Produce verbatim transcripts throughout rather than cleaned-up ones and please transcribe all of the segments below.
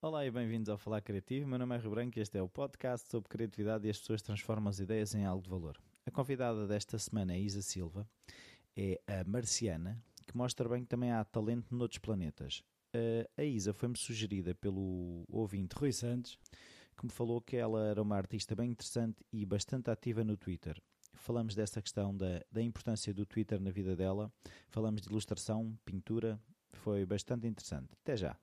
Olá e bem-vindos ao Falar Criativo. Meu nome é Rui Branco e este é o podcast sobre criatividade e as pessoas transformam as ideias em algo de valor. A convidada desta semana é Isa Silva, é a marciana, que mostra bem que também há talento noutros planetas. A Isa foi-me sugerida pelo ouvinte Rui Santos, que me falou que ela era uma artista bem interessante e bastante ativa no Twitter. Falamos dessa questão da, da importância do Twitter na vida dela, falamos de ilustração, pintura, foi bastante interessante. Até já!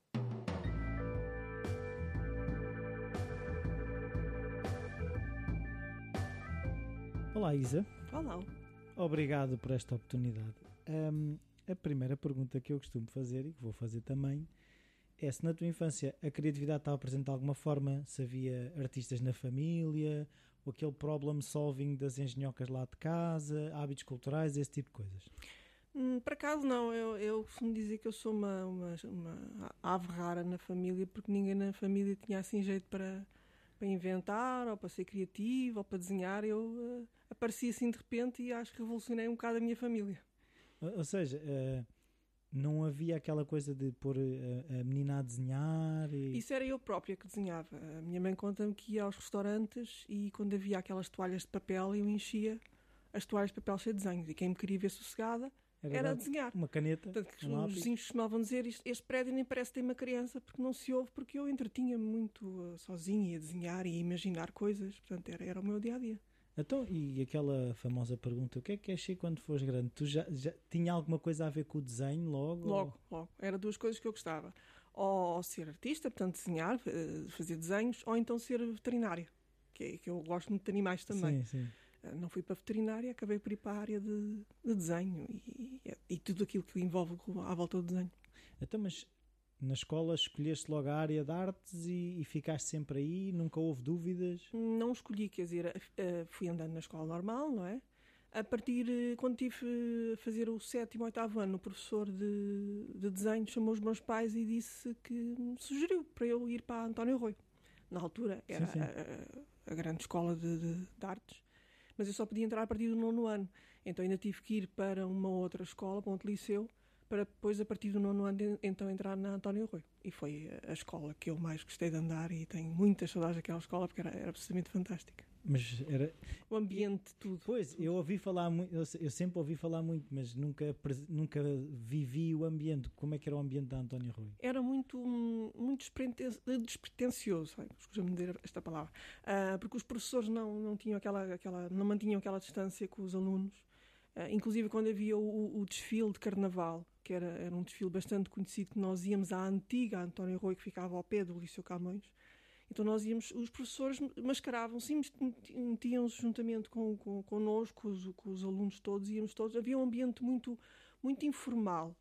Olá Isa. Olá. Obrigado por esta oportunidade. Um, a primeira pergunta que eu costumo fazer e que vou fazer também é se na tua infância a criatividade estava presente de alguma forma, se havia artistas na família, ou aquele problem solving das engenhocas lá de casa, hábitos culturais, esse tipo de coisas. Hum, por acaso não, eu, eu costumo dizer que eu sou uma, uma, uma ave rara na família, porque ninguém na família tinha assim jeito para, para inventar, ou para ser criativo, ou para desenhar. Eu uh, apareci assim de repente e acho que revolucionei um bocado a minha família. Ou, ou seja, uh, não havia aquela coisa de pôr a, a menina a desenhar? E... Isso era eu própria que desenhava. A minha mãe conta-me que ia aos restaurantes e quando havia aquelas toalhas de papel eu enchia as toalhas de papel cheias de desenhos. E quem me queria ver sossegada era, era a desenhar. Uma caneta, Portanto, que um os vizinhos costumavam dizer, este prédio nem parece ter uma criança porque não se ouve, porque eu entretinha-me muito uh, sozinha a desenhar e a imaginar coisas. Portanto, era, era o meu dia-a-dia. Então, e aquela famosa pergunta, o que é que queres ser quando fores grande? Tu já, já tinha alguma coisa a ver com o desenho logo? Logo, ou... logo. Era duas coisas que eu gostava. Ou ser artista, portanto desenhar, fazer desenhos, ou então ser veterinária, que, é, que eu gosto muito de animais também. Sim, sim. Não fui para a veterinária, acabei por ir para a área de, de desenho e, e tudo aquilo que envolve à volta do desenho. Então, mas na escola escolheste logo a área de artes e, e ficaste sempre aí? Nunca houve dúvidas? Não escolhi, quer dizer, fui andando na escola normal, não é? A partir, quando tive a fazer o sétimo, oitavo ano, o professor de, de desenho chamou os meus pais e disse que me sugeriu para eu ir para António Rui. Na altura era sim, sim. A, a grande escola de, de, de artes, mas eu só podia entrar a partir do nono ano. Então ainda tive que ir para uma outra escola, para um outro liceu, para depois, a partir do nono ano, então entrar na António Rui. E foi a escola que eu mais gostei de andar e tenho muitas saudades daquela escola porque era, era absolutamente fantástica. Mas era... O ambiente, tudo. Pois, tudo. eu ouvi falar muito, eu, eu sempre ouvi falar muito, mas nunca, nunca vivi o ambiente. Como é que era o ambiente da António Rui? Era muito, muito despretensioso, escusa-me dizer esta palavra, uh, porque os professores não, não, tinham aquela, aquela, não mantinham aquela distância com os alunos. Uh, inclusive quando havia o, o desfile de carnaval, que era, era um desfile bastante conhecido, que nós íamos à antiga António Rui, que ficava ao pé do Liceu Camões. Então nós íamos, os professores mascaravam-se, metiam-se juntamente com, com, connosco, com os, com os alunos todos, íamos todos. Havia um ambiente muito, muito informal.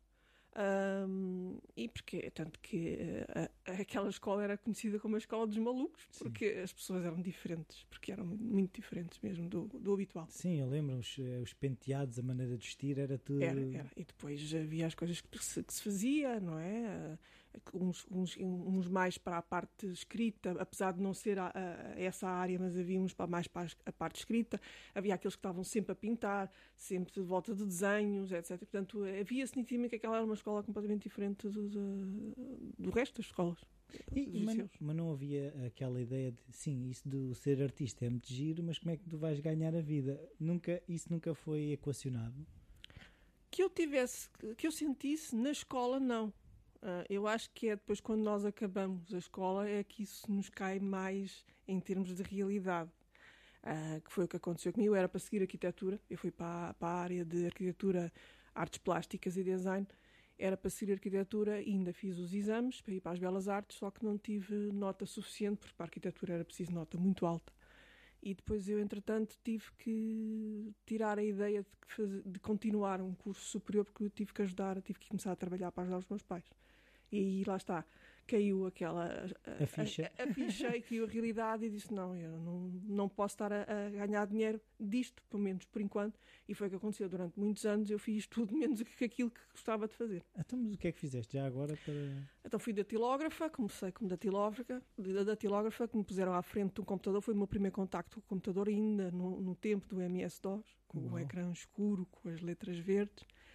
Um, e porque, tanto que a, a, aquela escola era conhecida como a escola dos malucos, porque Sim. as pessoas eram diferentes, porque eram muito diferentes mesmo do, do habitual. Sim, eu lembro, os, os penteados, a maneira de vestir, era tudo... Era, era. E depois havia as coisas que se, que se fazia, não é? Uns, uns, uns mais para a parte escrita, apesar de não ser a, a, essa área, mas havia uns para mais para a parte escrita. Havia aqueles que estavam sempre a pintar, sempre de volta de desenhos, etcétera. Portanto, havia-se nitidamente que aquela era uma escola completamente diferente do, do, do resto das escolas. E, mas, mas não havia aquela ideia de, sim, isso de ser artista é muito giro, mas como é que tu vais ganhar a vida? Nunca, isso nunca foi equacionado? Que eu tivesse, que eu sentisse na escola, não. Uh, eu acho que é depois quando nós acabamos a escola é que isso nos cai mais em termos de realidade. Uh, que foi o que aconteceu comigo. Eu era para seguir arquitetura, eu fui para, para a área de arquitetura, artes plásticas e design. Era para seguir arquitetura e ainda fiz os exames para ir para as belas artes, só que não tive nota suficiente, porque para a arquitetura era preciso nota muito alta. E depois eu, entretanto, tive que tirar a ideia de, que faz, de continuar um curso superior, porque eu tive que ajudar, tive que começar a trabalhar para ajudar os meus pais. E aí, lá está, caiu aquela... A, a ficha. A, a, a ficha e caiu a realidade e disse, não, eu não, não posso estar a, a ganhar dinheiro disto, pelo menos por enquanto. E foi o que aconteceu. Durante muitos anos eu fiz tudo menos que aquilo que gostava de fazer. Então, mas o que é que fizeste já agora para... Então fui datilógrafa, comecei como datilógrafa, da datilógrafa que me puseram à frente de um computador. Foi o meu primeiro contacto com o computador, ainda no, no tempo do M S DOS, com Uau. O ecrã escuro, com as letras verdes.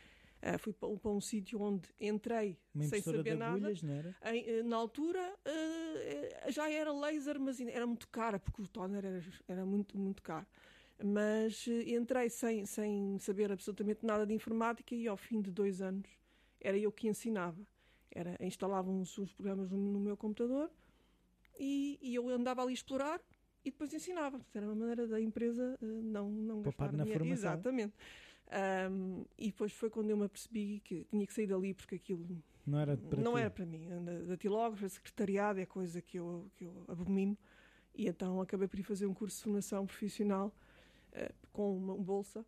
Uh, fui para, para um sítio onde entrei Uma sem saber de nada. agulhas, não era? Em, na altura uh, já era laser, mas era muito cara, porque o toner era, era muito, muito caro. Mas uh, entrei sem, sem saber absolutamente nada de informática e ao fim de dois anos era eu que ensinava. Era, instalavam os, os programas no, no meu computador e, e eu andava ali a explorar e depois ensinava. Era uma maneira da empresa uh, não, não gastar na dinheiro. formação. Exatamente. Um, e depois foi quando eu me apercebi que tinha que sair dali porque aquilo não era para, não era para mim. Datilógrafo, secretariado é coisa que eu, que eu abomino. E então acabei por ir fazer um curso de formação profissional uh, com uma bolsa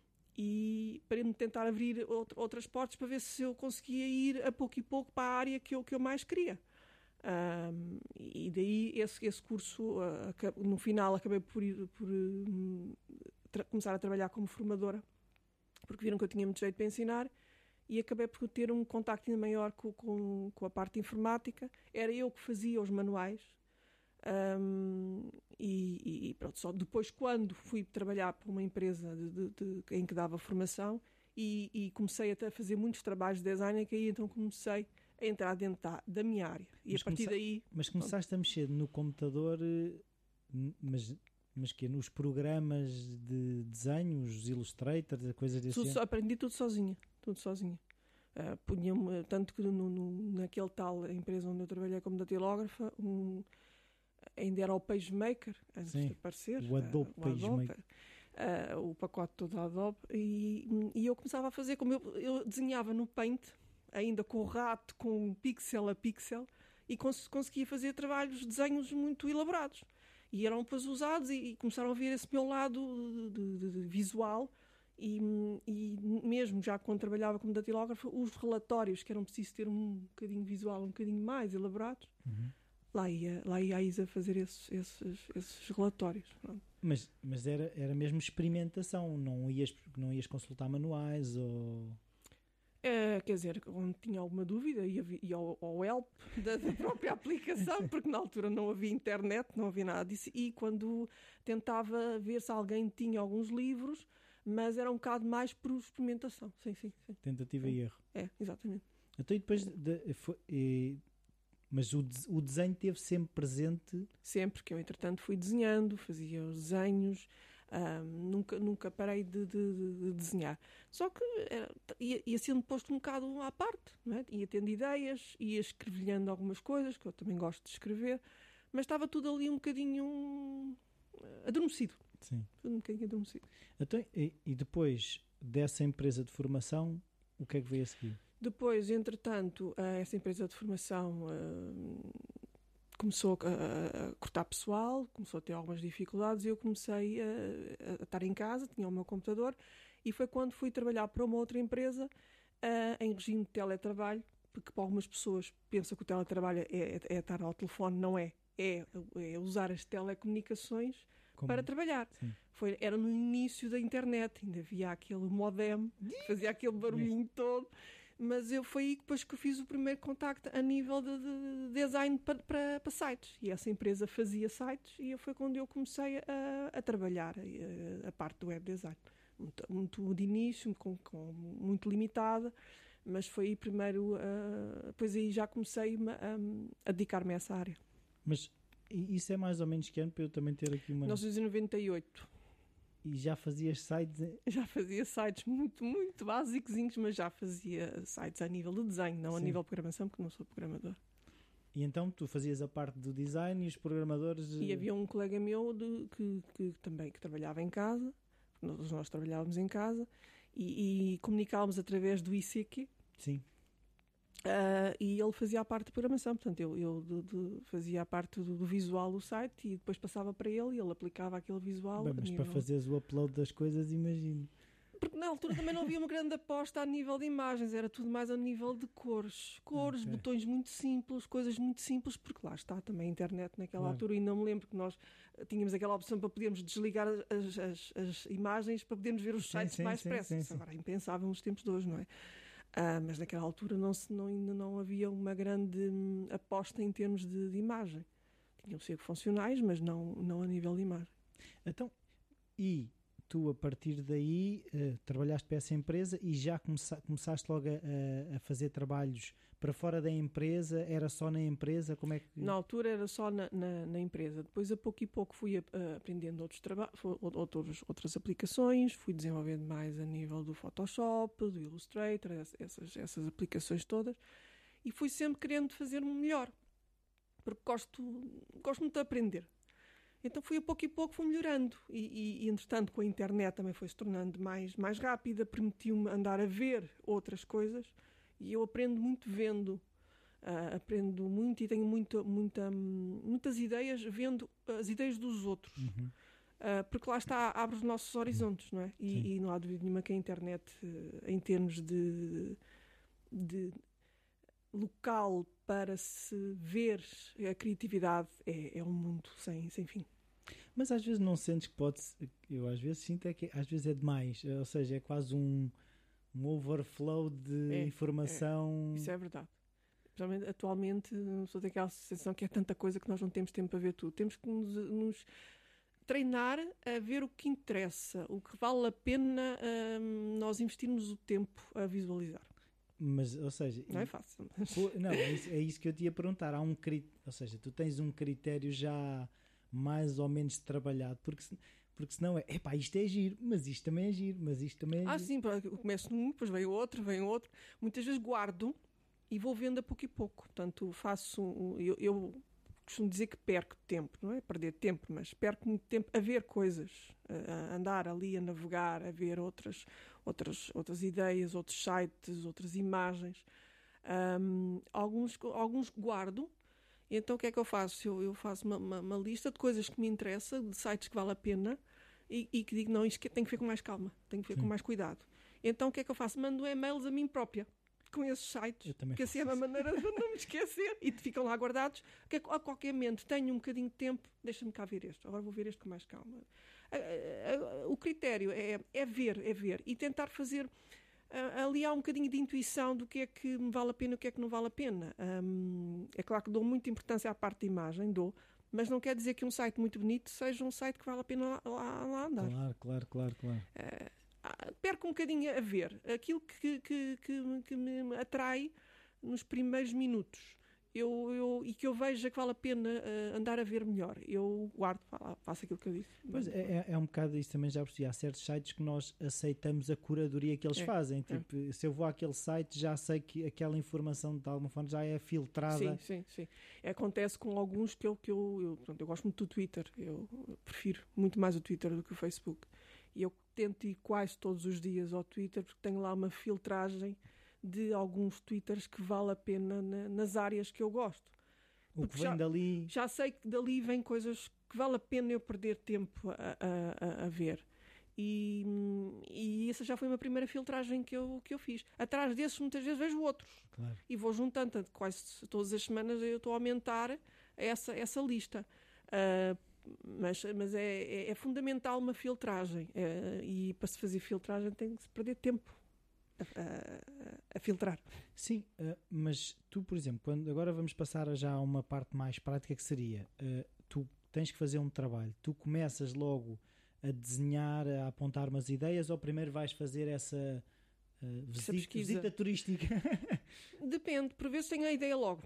e para me tentar abrir outro, outras portas para ver se eu conseguia ir a pouco e pouco para a área que eu, que eu mais queria. Um, e daí esse, esse curso, uh, no final acabei por, ir, por uh, tra- começar a trabalhar como formadora, porque viram que eu tinha muito jeito para ensinar e acabei por ter um contacto ainda maior com, com, com a parte informática. Era eu que fazia os manuais. Um, e, e pronto, só depois quando fui trabalhar para uma empresa de, de, de, em que dava formação e, e comecei até a fazer muitos trabalhos de design, é que aí então comecei a entrar dentro da, da minha área e mas a partir comece... daí... Mas começaste pronto. a mexer no computador, mas, mas que nos programas de desenho, os Illustrator, coisas desse tudo, tipo? Aprendi tudo sozinha, tudo sozinha. Uh, punha-me, tanto que no, no, naquele tal empresa onde eu trabalhei como datilógrafa, um, ainda era o PageMaker, antes Sim, de aparecer. O Adobe uh, o PageMaker. Uh, o pacote todo da Adobe. E, e eu começava a fazer, como eu, eu desenhava no Paint, ainda com o rato, com pixel a pixel, e cons- conseguia fazer trabalhos, desenhos muito elaborados. E eram depois usados e, e começaram a ver esse meu lado de, de, de visual. E, e mesmo já quando trabalhava como datilógrafo, os relatórios que eram preciso ter um bocadinho visual, um bocadinho mais elaborados, uhum. lá, ia, lá ia a Isa fazer esses, esses, esses relatórios. Pronto. Mas, mas era, era mesmo experimentação, não ias, não ias consultar manuais ou... É, quer dizer, onde tinha alguma dúvida ia, ia ao, ao help da, da própria aplicação, porque na altura não havia internet, não havia nada disso, e quando tentava ver se alguém tinha alguns livros, mas era um bocado mais por experimentação. Sim, sim, sim. Tentativa sim. e erro. É, exatamente. Então, e depois de, foi, e, mas o, o desenho teve sempre presente? Sempre, que eu entretanto fui desenhando, fazia os desenhos, um, nunca, nunca parei de, de, de desenhar. Só que era, ia, ia sendo posto um bocado à parte, não é? Ia tendo ideias, ia escrevelhando algumas coisas, que eu também gosto de escrever, mas estava tudo ali um bocadinho adormecido. Sim. Um bocadinho adormecido. Então, e, e depois dessa empresa de formação, o que é que veio a seguir? Depois, entretanto, essa empresa de formação uh, começou a, a cortar pessoal, começou a ter algumas dificuldades e eu comecei a, a estar em casa, tinha o meu computador e foi quando fui trabalhar para uma outra empresa uh, em regime de teletrabalho, porque para algumas pessoas pensam que o teletrabalho é, é, é estar ao telefone, não é. É, é usar as telecomunicações Como? para trabalhar. Foi, era no início da internet, ainda havia aquele modem que fazia aquele barulhinho todo. Mas eu foi aí depois que eu fiz o primeiro contacto a nível de, de design para, para, para sites. E essa empresa fazia sites e foi quando eu comecei a, a trabalhar a, a parte do web design. Muito, muito de início, com, com, muito limitada, mas foi aí primeiro, uh, depois aí já comecei a, a dedicar-me a essa área. Mas isso é mais ou menos que ano para eu também ter aqui uma... mil novecentos e noventa e oito. E já fazias sites? Já fazia sites muito, muito básicos, mas já fazia sites a nível de desenho, não Sim. a nível de programação, porque não sou programador. E então tu fazias a parte do design e os programadores... E havia um colega meu de, que, que também que trabalhava em casa, nós, nós trabalhávamos em casa, e, e comunicávamos através do I C Q. Sim. Uh, e ele fazia a parte de programação, portanto eu, eu de, de, fazia a parte do, do visual do site e depois passava para ele e ele aplicava aquele visual. Bem, mas nível... para fazeres o upload das coisas, imagino. Porque na altura também não havia uma grande aposta a nível de imagens, era tudo mais a nível de cores. Cores, okay. Botões muito simples, coisas muito simples, porque lá está também a internet naquela claro. altura e não me lembro que nós tínhamos aquela opção para podermos desligar as, as, as imagens para podermos ver os sim, sites sim, mais expressos. Agora é impensável nos tempos de hoje, não é? Ah, mas naquela altura não se, não, ainda não havia uma grande hum, aposta em termos de, de imagem. Tinham sido funcionais, mas não, não a nível de imagem. Então, e tu a partir daí uh, trabalhaste para essa empresa e já começa, começaste logo a, a fazer trabalhos para fora da empresa? Era só na empresa? Como é que... Na altura era só na, na, na empresa. Depois, a pouco e pouco, fui uh, aprendendo outros traba- outros, outras aplicações, fui desenvolvendo mais a nível do Photoshop, do Illustrator, essas, essas aplicações todas, e fui sempre querendo fazer melhor, porque gosto, gosto muito de aprender. Então fui a pouco e pouco fui melhorando e, e, e entretanto com a internet também foi se tornando mais, mais rápida, permitiu-me andar a ver outras coisas e eu aprendo muito vendo, uh, aprendo muito e tenho muito, muita, muitas ideias vendo as ideias dos outros, Uhum. uh, porque lá está, abre os nossos horizontes, não é? E, e não há dúvida nenhuma que a internet, uh, em termos de, de local para se ver a criatividade, é, é um mundo sem, sem fim. Mas às vezes não sentes que pode... Eu às vezes sinto é que às vezes é demais. Ou seja, é quase um, um overflow de é, informação. É, isso é verdade. Principalmente, atualmente, não só tem aquela sensação que é tanta coisa que nós não temos tempo para ver tudo. Temos que nos, nos treinar a ver o que interessa, o que vale a pena hum, nós investirmos o tempo a visualizar. Mas, ou seja... Não é fácil. Mas... Não, é isso, é isso que eu te ia perguntar. Há um crit... Ou seja, tu tens um critério já... mais ou menos trabalhado, porque, porque senão é, epá, isto é giro, mas isto também é giro, mas isto também é ah, giro. sim, eu começo num, depois vem outro, vem outro. Muitas vezes guardo e vou vendo a pouco e pouco. Portanto, faço, eu, eu costumo dizer que perco tempo, não é perder tempo, mas perco muito tempo a ver coisas, a andar ali, a navegar, a ver outras, outras, outras ideias, outros sites, outras imagens. Um, alguns, alguns guardo. Então o que é que eu faço? Eu, eu faço uma, uma, uma lista de coisas que me interessam, de sites que vale a pena e, e que digo, não, isto tem que ver com mais calma, tem que ver Sim. com mais cuidado. Então o que é que eu faço? Mando e-mails a mim própria com esses sites, que assim é uma maneira de não me esquecer e ficam lá guardados, que a qualquer momento tenho um bocadinho de tempo, deixa-me cá ver este, agora vou ver este com mais calma. O critério é, é ver, é ver e tentar fazer... ali há um bocadinho de intuição do que é que me vale a pena e o que é que não vale a pena. Um, é claro que dou muita importância à parte da imagem, dou, mas não quer dizer que um site muito bonito seja um site que vale a pena lá, lá, lá andar. Claro, claro, claro, claro. Uh, perco um bocadinho a ver aquilo que, que, que, que me atrai nos primeiros minutos. Eu, eu, e que eu veja que vale a pena uh, andar a ver melhor. Eu guardo, faço aquilo que eu disse. Pois é, é um bocado isso também, já percebi. Há certos sites que nós aceitamos a curadoria que eles é, fazem. Tipo, é. Se eu vou àquele site, já sei que aquela informação de alguma forma já é filtrada. Sim, sim, sim. Acontece com alguns que eu, que eu, eu, pronto, eu gosto muito do Twitter. Eu prefiro muito mais o Twitter do que o Facebook. E eu tento ir quase todos os dias ao Twitter porque tenho lá uma filtragem de alguns twitters que vale a pena na, nas áreas que eu gosto. O que vem já, dali... Já sei que dali vem coisas que vale a pena eu perder tempo a, a, a ver. E, e essa já foi uma primeira filtragem que eu, que eu fiz. Atrás desses, muitas vezes, vejo outros. Claro. E vou juntando. Quase todas as semanas eu estou a aumentar essa, essa lista. Uh, mas mas é, é, é fundamental uma filtragem. Uh, e para se fazer filtragem tem que se perder tempo. A, a, a filtrar. Sim, uh, mas tu, por exemplo, quando, agora vamos passar a já a uma parte mais prática que seria, uh, tu tens que fazer um trabalho, tu começas logo a desenhar, a apontar umas ideias ou primeiro vais fazer essa, uh, visita, visita turística? Depende, por vezes tenho a ideia logo.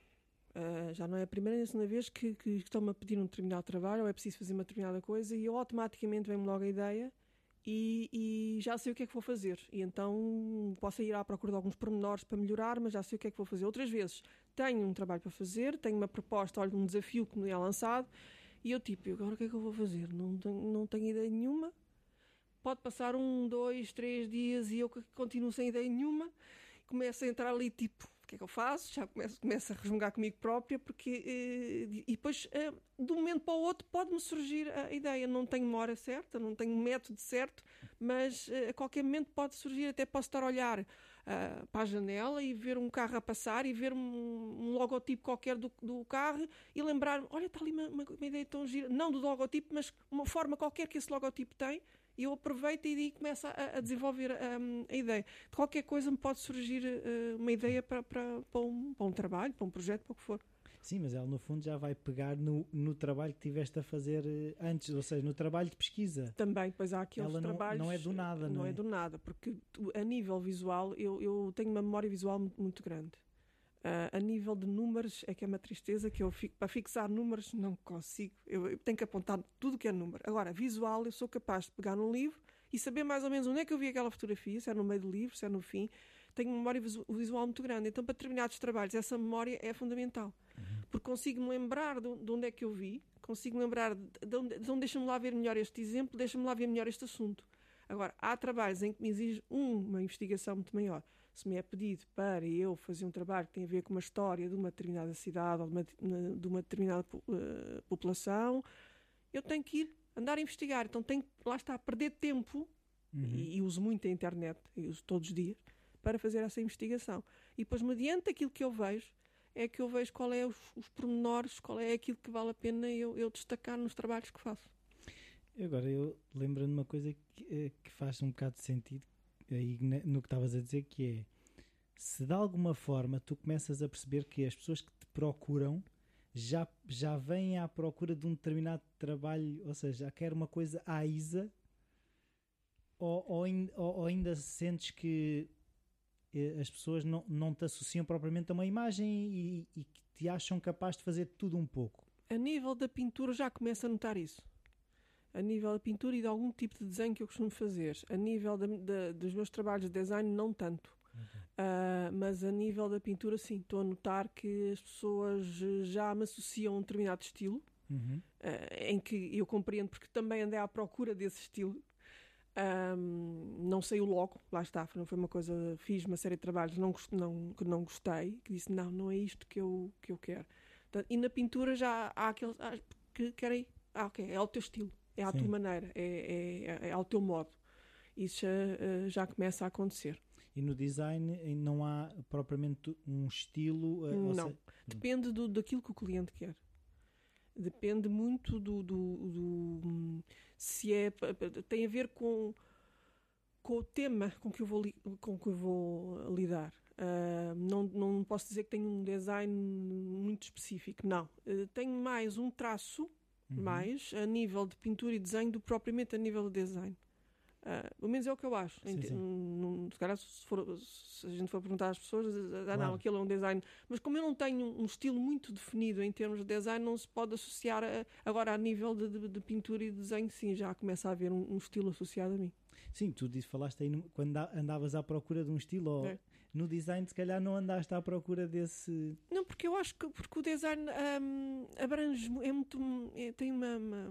Uh, já não é a primeira nem a segunda vez que, que estão-me a pedir um determinado trabalho ou é preciso fazer uma determinada coisa e eu automaticamente vem-me logo a ideia. E, e já sei o que é que vou fazer. E então posso ir à procura de alguns pormenores para melhorar, mas já sei o que é que vou fazer. Outras vezes tenho um trabalho para fazer, tenho uma proposta, olho, um desafio que me é lançado, e eu tipo, agora o que é que eu vou fazer? Não tenho, não tenho ideia nenhuma. Pode passar um, dois, três dias e eu continuo sem ideia nenhuma. Começo a entrar ali tipo, o que é que eu faço? Já começo, começo a resmungar comigo própria, porque eh, e depois eh, de um momento para o outro pode-me surgir a ideia. Não tenho uma hora certa, não tenho um método certo, mas eh, a qualquer momento pode surgir. Até posso estar a olhar uh, para a janela e ver um carro a passar e ver um, um logotipo qualquer do, do carro e lembrar-me, olha, está ali uma, uma, uma ideia tão gira, não do logotipo, mas uma forma qualquer que esse logotipo tem. E eu aproveito e começo a, a desenvolver um, a ideia. De qualquer coisa me pode surgir uh, uma ideia para, para, para, um, para um trabalho, para um projeto, para o que for. Sim, mas ela no fundo já vai pegar no, no trabalho que tiveste a fazer antes, ou seja, no trabalho de pesquisa. Também, pois há aqueles ela não, trabalhos... não é do nada, não, não é? é do nada, porque a nível visual, eu, eu tenho uma memória visual muito, muito grande. Uh, a nível de números, é que é uma tristeza que eu fico, para fixar números não consigo. Eu, eu tenho que apontar tudo que é número. Agora, visual, eu sou capaz de pegar num livro e saber mais ou menos onde é que eu vi aquela fotografia, se é no meio do livro, se é no fim. Tenho uma memória visual muito grande. Então, para determinados trabalhos, essa memória é fundamental. Uhum. Porque consigo-me lembrar de, de onde é que eu vi, consigo-me lembrar de, de onde, de onde deixa-me lá ver melhor este exemplo, deixa-me lá ver melhor este assunto. Agora, há trabalhos em que me exige uma investigação muito maior. Se me é pedido para eu fazer um trabalho que tem a ver com uma história de uma determinada cidade ou de uma, de uma determinada uh, população, eu tenho que ir andar a investigar. Então, tenho, lá está, perder tempo, uhum. e, e uso muito a internet, eu uso todos os dias, para fazer essa investigação. E depois, mediante aquilo que eu vejo, é que eu vejo qual é os, os pormenores, qual é aquilo que vale a pena eu, eu destacar nos trabalhos que faço. Agora, eu lembro-me de uma coisa que, que faz um bocado de sentido aí no que estavas a dizer, que é, se de alguma forma tu começas a perceber que as pessoas que te procuram já, já vêm à procura de um determinado trabalho, ou seja, já quer uma coisa à Isa, ou, ou, ou, ou ainda sentes que as pessoas não, não te associam propriamente a uma imagem e, e que te acham capaz de fazer tudo um pouco? A nível da pintura já começo a notar isso. A nível da pintura e de algum tipo de desenho que eu costumo fazer. A nível da, da, dos meus trabalhos de design, não tanto. Okay. Uh, mas a nível da pintura, sim. Estou a notar que as pessoas já me associam a um determinado estilo, uhum. uh, em que eu compreendo, porque também andei à procura desse estilo. Um, não saiu logo, lá está, não foi uma coisa, fiz uma série de trabalhos não, não, que não gostei, que disse, não, não é isto que eu, que eu quero. Então, e na pintura já há aqueles ah, que querem, ah, ok, é ao teu estilo, é à Sim. tua maneira, é, é, é ao teu modo. Isso já, já começa a acontecer. E no design não há propriamente um estilo? Não, seja... depende do, daquilo que o cliente quer. Depende muito do, do, do se é, tem a ver com, com o tema com que eu vou, com que eu vou lidar. Uh, não, não posso dizer que tenho um design muito específico, não. Uh, tenho mais um traço, uhum. mais a nível de pintura e desenho do que propriamente a nível de design. Uh, pelo menos é o que eu acho. Sim, sim. Um, se calhar, se, for, se a gente for perguntar às pessoas, ah, claro. Não, aquilo é um design. Mas como eu não tenho um estilo muito definido em termos de design, não se pode associar a, agora a nível de, de, de pintura e desenho, sim, já começa a haver um, um estilo associado a mim. Sim, tu disse, falaste aí no, quando andavas à procura de um estilo, ou é. No design se calhar não andaste à procura desse... Não, porque eu acho que porque o design um, abrange, é muito, é, tem uma... uma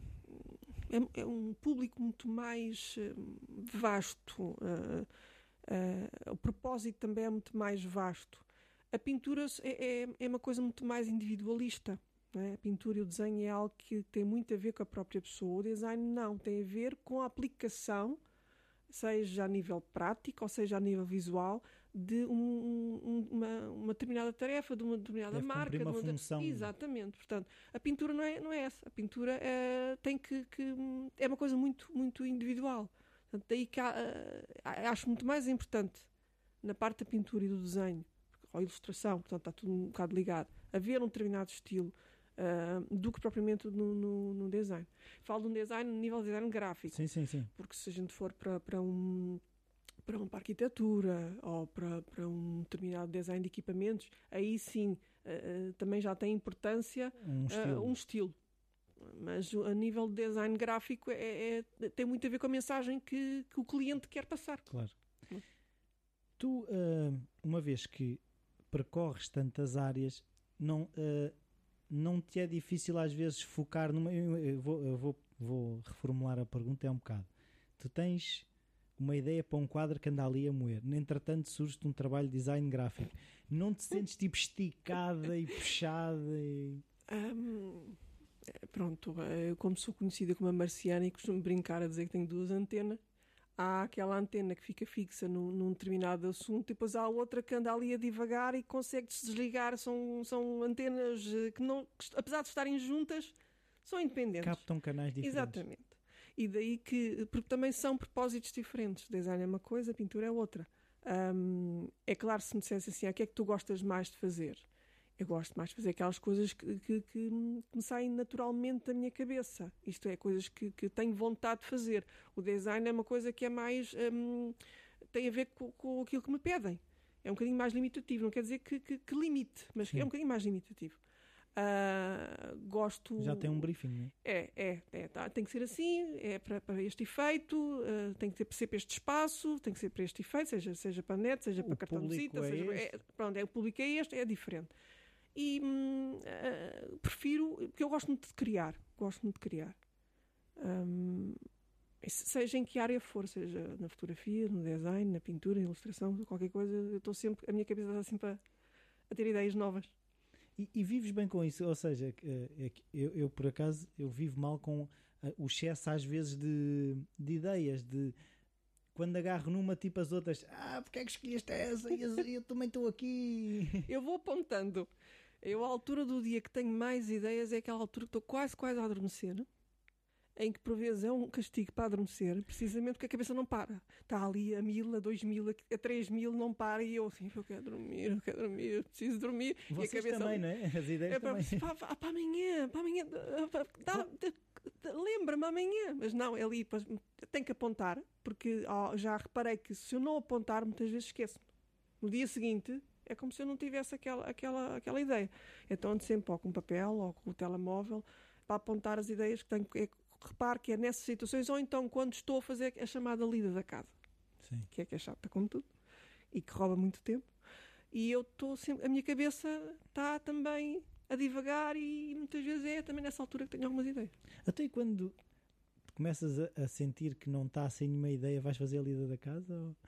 É, é um público muito mais uh, vasto. Uh, uh, o propósito também é muito mais vasto. A pintura é, é, é uma coisa muito mais individualista. Não é? A pintura e o desenho é algo que tem muito a ver com a própria pessoa. O design não, tem a ver com a aplicação, seja a nível prático ou seja a nível visual, de um, um, uma, uma determinada tarefa, de uma determinada Deve marca. Uma de uma função. Exatamente. Portanto, a pintura não é, não é essa. A pintura é, tem que, que... é uma coisa muito, muito individual. Portanto, daí que há, acho muito mais importante na parte da pintura e do desenho, ou ilustração, portanto está tudo um bocado ligado, haver um determinado estilo uh, do que propriamente no, no, no design. Falo de um design no nível de design gráfico. Sim, sim, sim. Porque se a gente for para, para um... para uma arquitetura ou para, para um determinado design de equipamentos, aí sim uh, também já tem importância um estilo. Uh, um estilo. Mas a nível de design gráfico é, é, tem muito a ver com a mensagem que, que o cliente quer passar. Claro. Hum. Tu, uh, uma vez que percorres tantas áreas, não, uh, não te é difícil às vezes focar numa... Eu vou, eu vou, vou reformular a pergunta é um bocado. Tu tens... uma ideia para um quadro que anda ali a moer. Entretanto, surge-te um trabalho de design gráfico. Não te sentes tipo esticada e puxada? E... Um, pronto, eu como sou conhecida como a marciana e costumo brincar a dizer que tenho duas antenas. Há aquela antena que fica fixa num, num determinado assunto e depois há outra que anda ali a divagar e consegue se desligar. São, são antenas que, não, que, apesar de estarem juntas, são independentes. Captam canais diferentes. Exatamente. E daí que, porque também são propósitos diferentes. Design é uma coisa, a pintura é outra. Um, é claro, se me dissesse assim, ah, o que é que tu gostas mais de fazer? Eu gosto mais de fazer aquelas coisas que, que, que me saem naturalmente da minha cabeça. Isto é, coisas que, que tenho vontade de fazer. O design é uma coisa que é mais... Hum, tem a ver com, com aquilo que me pedem. É um bocadinho mais limitativo. Não quer dizer que, que, que limite, mas Sim. é um bocadinho mais limitativo. Uh, gosto... Já tem um briefing, não é? É, é, é tá, tem que ser assim, é para, para este efeito, uh, tem que ser para este espaço, tem que ser para este efeito, seja, seja para net, seja o para cartão de visita, é seja, é, pronto, é, o público é este, é diferente. E hum, uh, prefiro, porque eu gosto muito de criar, gosto muito de criar. Um, seja em que área for, seja na fotografia, no design, na pintura, na ilustração, qualquer coisa, eu estou sempre, a minha cabeça está sempre a, a ter ideias novas. E, e vives bem com isso? Ou seja, é que eu, eu por acaso eu vivo mal com o excesso às vezes de, de ideias, de quando agarro numa tipo as outras, ah, porque é que escolheste essa? E eu, eu também estou aqui. Eu vou apontando. Eu, à altura do dia que tenho mais ideias, é aquela altura que estou quase, quase a adormecer, em que por vezes é um castigo para adormecer, precisamente porque a cabeça não para. Está ali a mil, a dois mil, a três mil, não para, e eu assim, eu quero dormir, eu quero dormir, eu preciso dormir. Vocês e a cabeça também, não é? As ideias é para, também. Para, para, para amanhã, para amanhã, dá, lembra-me amanhã. Mas não, é ali, tem que apontar, porque ó, já reparei que se eu não apontar, muitas vezes esqueço-me. No dia seguinte, é como se eu não tivesse aquela, aquela, aquela ideia. Então ando sempre ou com papel ou com o telemóvel para apontar as ideias que tenho que... Repare que é nessas situações, ou então quando estou a fazer a chamada lida da casa, Sim. que é que é chata como tudo e que rouba muito tempo, e eu estou sempre, a minha cabeça está também a divagar, e muitas vezes é também nessa altura que tenho algumas ideias. Até e quando começas a, a sentir que não está sem nenhuma ideia, vais fazer a lida da casa? Ou...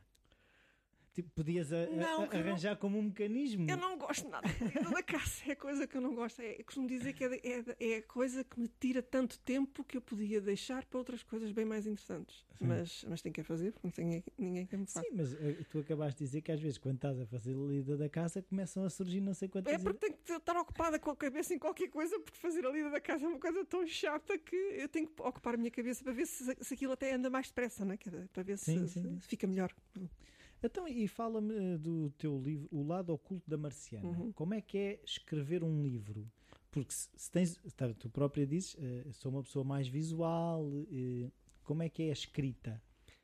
Tipo, podias a, não, a, a arranjar não, como um mecanismo. Eu não gosto nada da lida da casa. É coisa que eu não gosto. É, eu costumo dizer que é, é, é coisa que me tira tanto tempo que eu podia deixar para outras coisas bem mais interessantes. Mas, mas tenho que a fazer, porque não tem ninguém, ninguém que me faça. Sim, mas uh, tu acabaste de dizer que às vezes quando estás a fazer a lida da casa começam a surgir não sei quantas... É porque tenho que estar ocupada com a cabeça em qualquer coisa, porque fazer a lida da casa é uma coisa tão chata que eu tenho que ocupar a minha cabeça para ver se, se aquilo até anda mais depressa, não é? Para ver sim, se, sim. se fica melhor. Então, e fala-me do teu livro, O Lado Oculto da Marciana. Uhum. Como é que é escrever um livro? Porque se, se tens, tu própria dizes, uh, sou uma pessoa mais visual, uh, como é que é a escrita?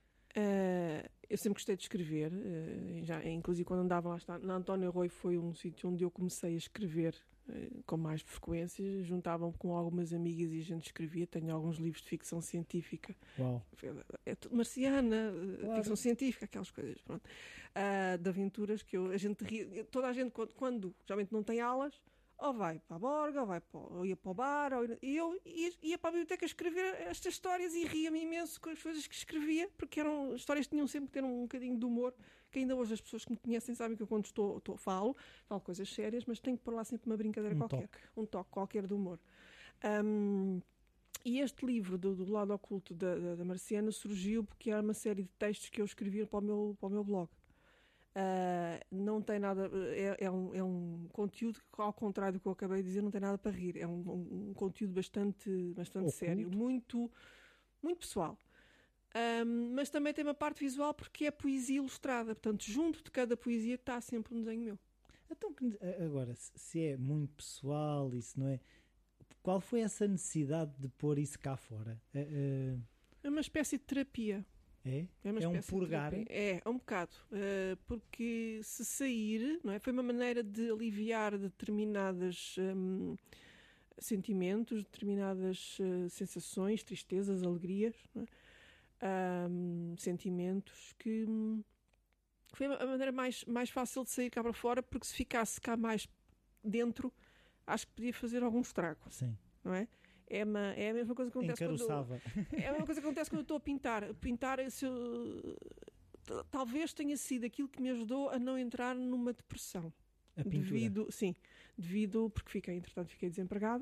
Uh, eu sempre gostei de escrever, uh, já, inclusive quando andava lá está, na António Rui foi um sítio onde eu comecei a escrever uh, com mais frequência, juntavam-me com algumas amigas e a gente escrevia. Tenho alguns livros de ficção científica. Uau. É tudo marciana, claro. Ficção científica, aquelas coisas, pronto. Uh, de aventuras que eu, a gente ria, toda a gente quando, quando geralmente não tem aulas, ou vai para a Borga, ou, vai para, ou ia para o bar, ou, e eu ia, ia para a biblioteca escrever estas histórias e ria-me imenso com as coisas que escrevia, porque eram histórias que tinham sempre que ter um bocadinho de humor, que ainda hoje as pessoas que me conhecem sabem que eu quando estou, estou falo, falo coisas sérias, mas tenho que pôr lá sempre uma brincadeira um qualquer, toque. um toque qualquer de humor. Um, e este livro do, do Lado Oculto da, da, da Marciana surgiu porque era uma série de textos que eu escrevia para o meu, para o meu blog. Uh, não tem nada, é, é, um, é um conteúdo que, ao contrário do que eu acabei de dizer, não tem nada para rir. É um, um, um conteúdo bastante, bastante sério, muito, muito pessoal. Um, mas também tem uma parte visual porque é poesia ilustrada. Portanto, junto de cada poesia está sempre um desenho meu. Então, agora, se é muito pessoal, isso não é... Qual foi essa necessidade de pôr isso cá fora? É, é uma espécie de terapia. É? É, uma é um purgar? É, é um bocado. Uh, porque se sair, não é? Foi uma maneira de aliviar determinados um, sentimentos, determinadas uh, sensações, tristezas, alegrias, não é? um, sentimentos que um, foi a maneira mais, mais fácil de sair cá para fora, porque se ficasse cá mais dentro, acho que podia fazer algum estrago. Sim. Não é? É, uma, é a mesma coisa que acontece quando eu, é a mesma coisa que acontece quando eu estou a pintar. Pintar, se eu, talvez tenha sido aquilo que me ajudou a não entrar numa depressão. A pintura? Devido, sim, devido, porque fiquei, entretanto, fiquei desempregada.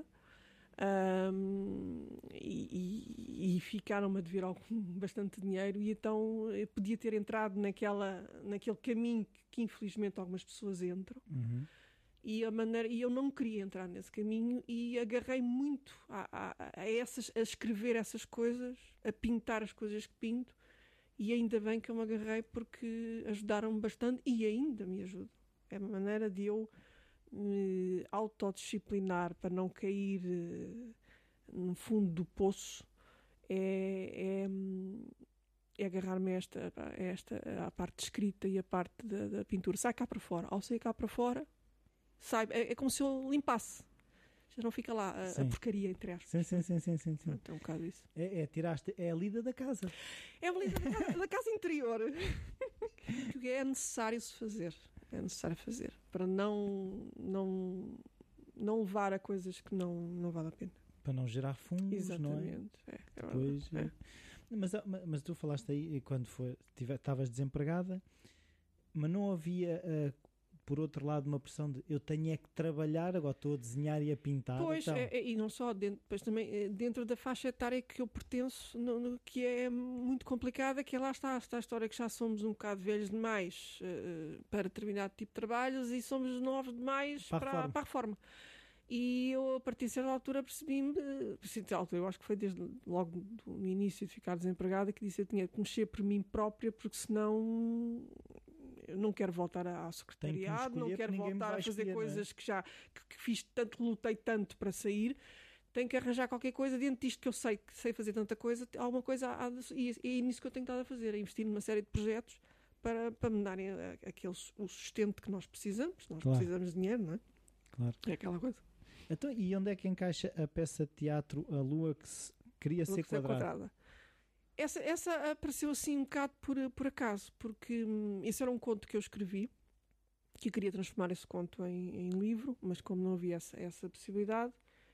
Um, e, e, e ficaram-me a dever algum, bastante dinheiro, e então eu podia ter entrado naquela, naquele caminho que, que infelizmente algumas pessoas entram. Uhum. E, a maneira, e eu não queria entrar nesse caminho, e agarrei muito a, a, a, essas, a escrever essas coisas, a pintar as coisas que pinto, e ainda bem que eu me agarrei porque ajudaram-me bastante e ainda me ajudam. É uma maneira de eu me autodisciplinar para não cair uh, no fundo do poço é, é, é agarrar-me a esta, a esta a parte escrita e a parte da, da pintura. Sai cá para fora. Ao sair cá para fora, sai, é, é como se eu limpasse. Já não fica lá a, a porcaria entre aspas. Sim, sim, sim, sim, sim, sim. Então, um bocado isso. É, é, tiraste, é a lida da casa. É a lida da casa, da casa interior. Que é necessário se fazer. É necessário fazer. Para não, não, não levar a coisas que não, não vale a pena. Para não gerar fundos, exatamente, não é? É, é Depois, é. Mas, mas tu falaste aí, quando estavas desempregada, mas não havia, uh, por outro lado, uma pressão de eu tenho é que trabalhar, agora estou a desenhar e a pintar. Pois, então. é, e não só, dentro, pois também dentro da faixa etária que eu pertenço, no, no, que é muito complicada, que é lá está, está a história que já somos um bocado velhos demais uh, para determinado tipo de trabalhos e somos novos demais para, para, a reforma. para a reforma. E eu, a partir de certa altura, percebi-me, a certa altura, eu acho que foi desde logo no início de ficar desempregada, que disse que eu tinha que mexer por mim própria, porque senão eu não quero voltar ao secretariado, que não quero voltar a fazer escolher, coisas é? que já que, que fiz tanto, lutei tanto para sair. Tenho que arranjar qualquer coisa dentro disto que eu sei que sei fazer tanta coisa, alguma coisa há de, e é nisso que eu tenho estado a fazer, a investir numa série de projetos para, para me darem aquele, o sustento que nós precisamos. Nós claro. precisamos de dinheiro, não é? Claro. É aquela coisa. Então, e onde é que encaixa a peça de teatro A Lua que se queria ser quadrada? quadrada? Essa, essa apareceu assim um bocado por, por acaso, porque hum, esse era um conto que eu escrevi, que eu queria transformar esse conto em, em livro, mas como não havia essa, essa possibilidade,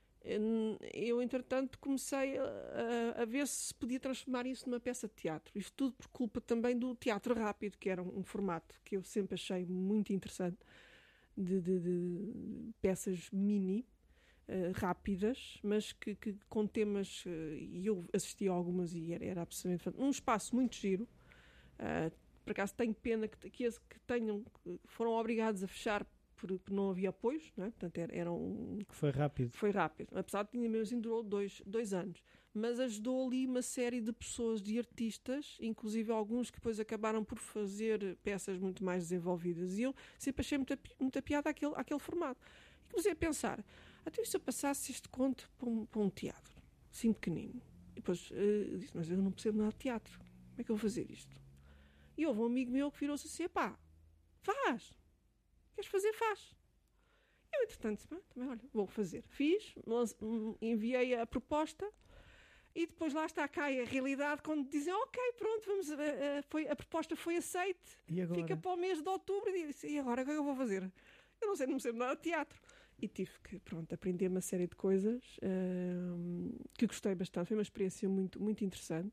eu, entretanto, comecei a, a ver se podia transformar isso numa peça de teatro. Isto tudo por culpa também do teatro rápido, que era um, um formato que eu sempre achei muito interessante, de, de, de peças mini, Uh, rápidas, mas que, que com temas, uh, e eu assisti a algumas e era, era absolutamente um espaço muito giro. Uh, por acaso tenho pena que, que, que tenham, foram obrigados a fechar porque não havia apoios, não é? Portanto, era, era um, foi rápido. Foi rápido, apesar de que mesmo durou dois, dois anos, mas ajudou ali uma série de pessoas, de artistas, inclusive alguns que depois acabaram por fazer peças muito mais desenvolvidas. E eu sempre achei muita, muita piada àquele, àquele formato. E comecei a pensar, até se eu passasse este conto para um, para um teatro, assim pequenino. E depois uh, disse, mas eu não percebo nada de teatro. Como é que eu vou fazer isto? E houve um amigo meu que virou-se assim, pá, faz. Queres fazer, faz. Eu, entretanto, disse, também, olha, vou fazer. Fiz, enviei a proposta e depois lá está cá a realidade quando dizem, ok, pronto, vamos, uh, foi, a proposta foi aceite, fica para o mês de outubro. E disse, e agora o que é que eu vou fazer? Eu não sei, não sei nada de teatro. E tive que, pronto, aprender uma série de coisas um, que gostei bastante. Foi uma experiência muito, muito interessante.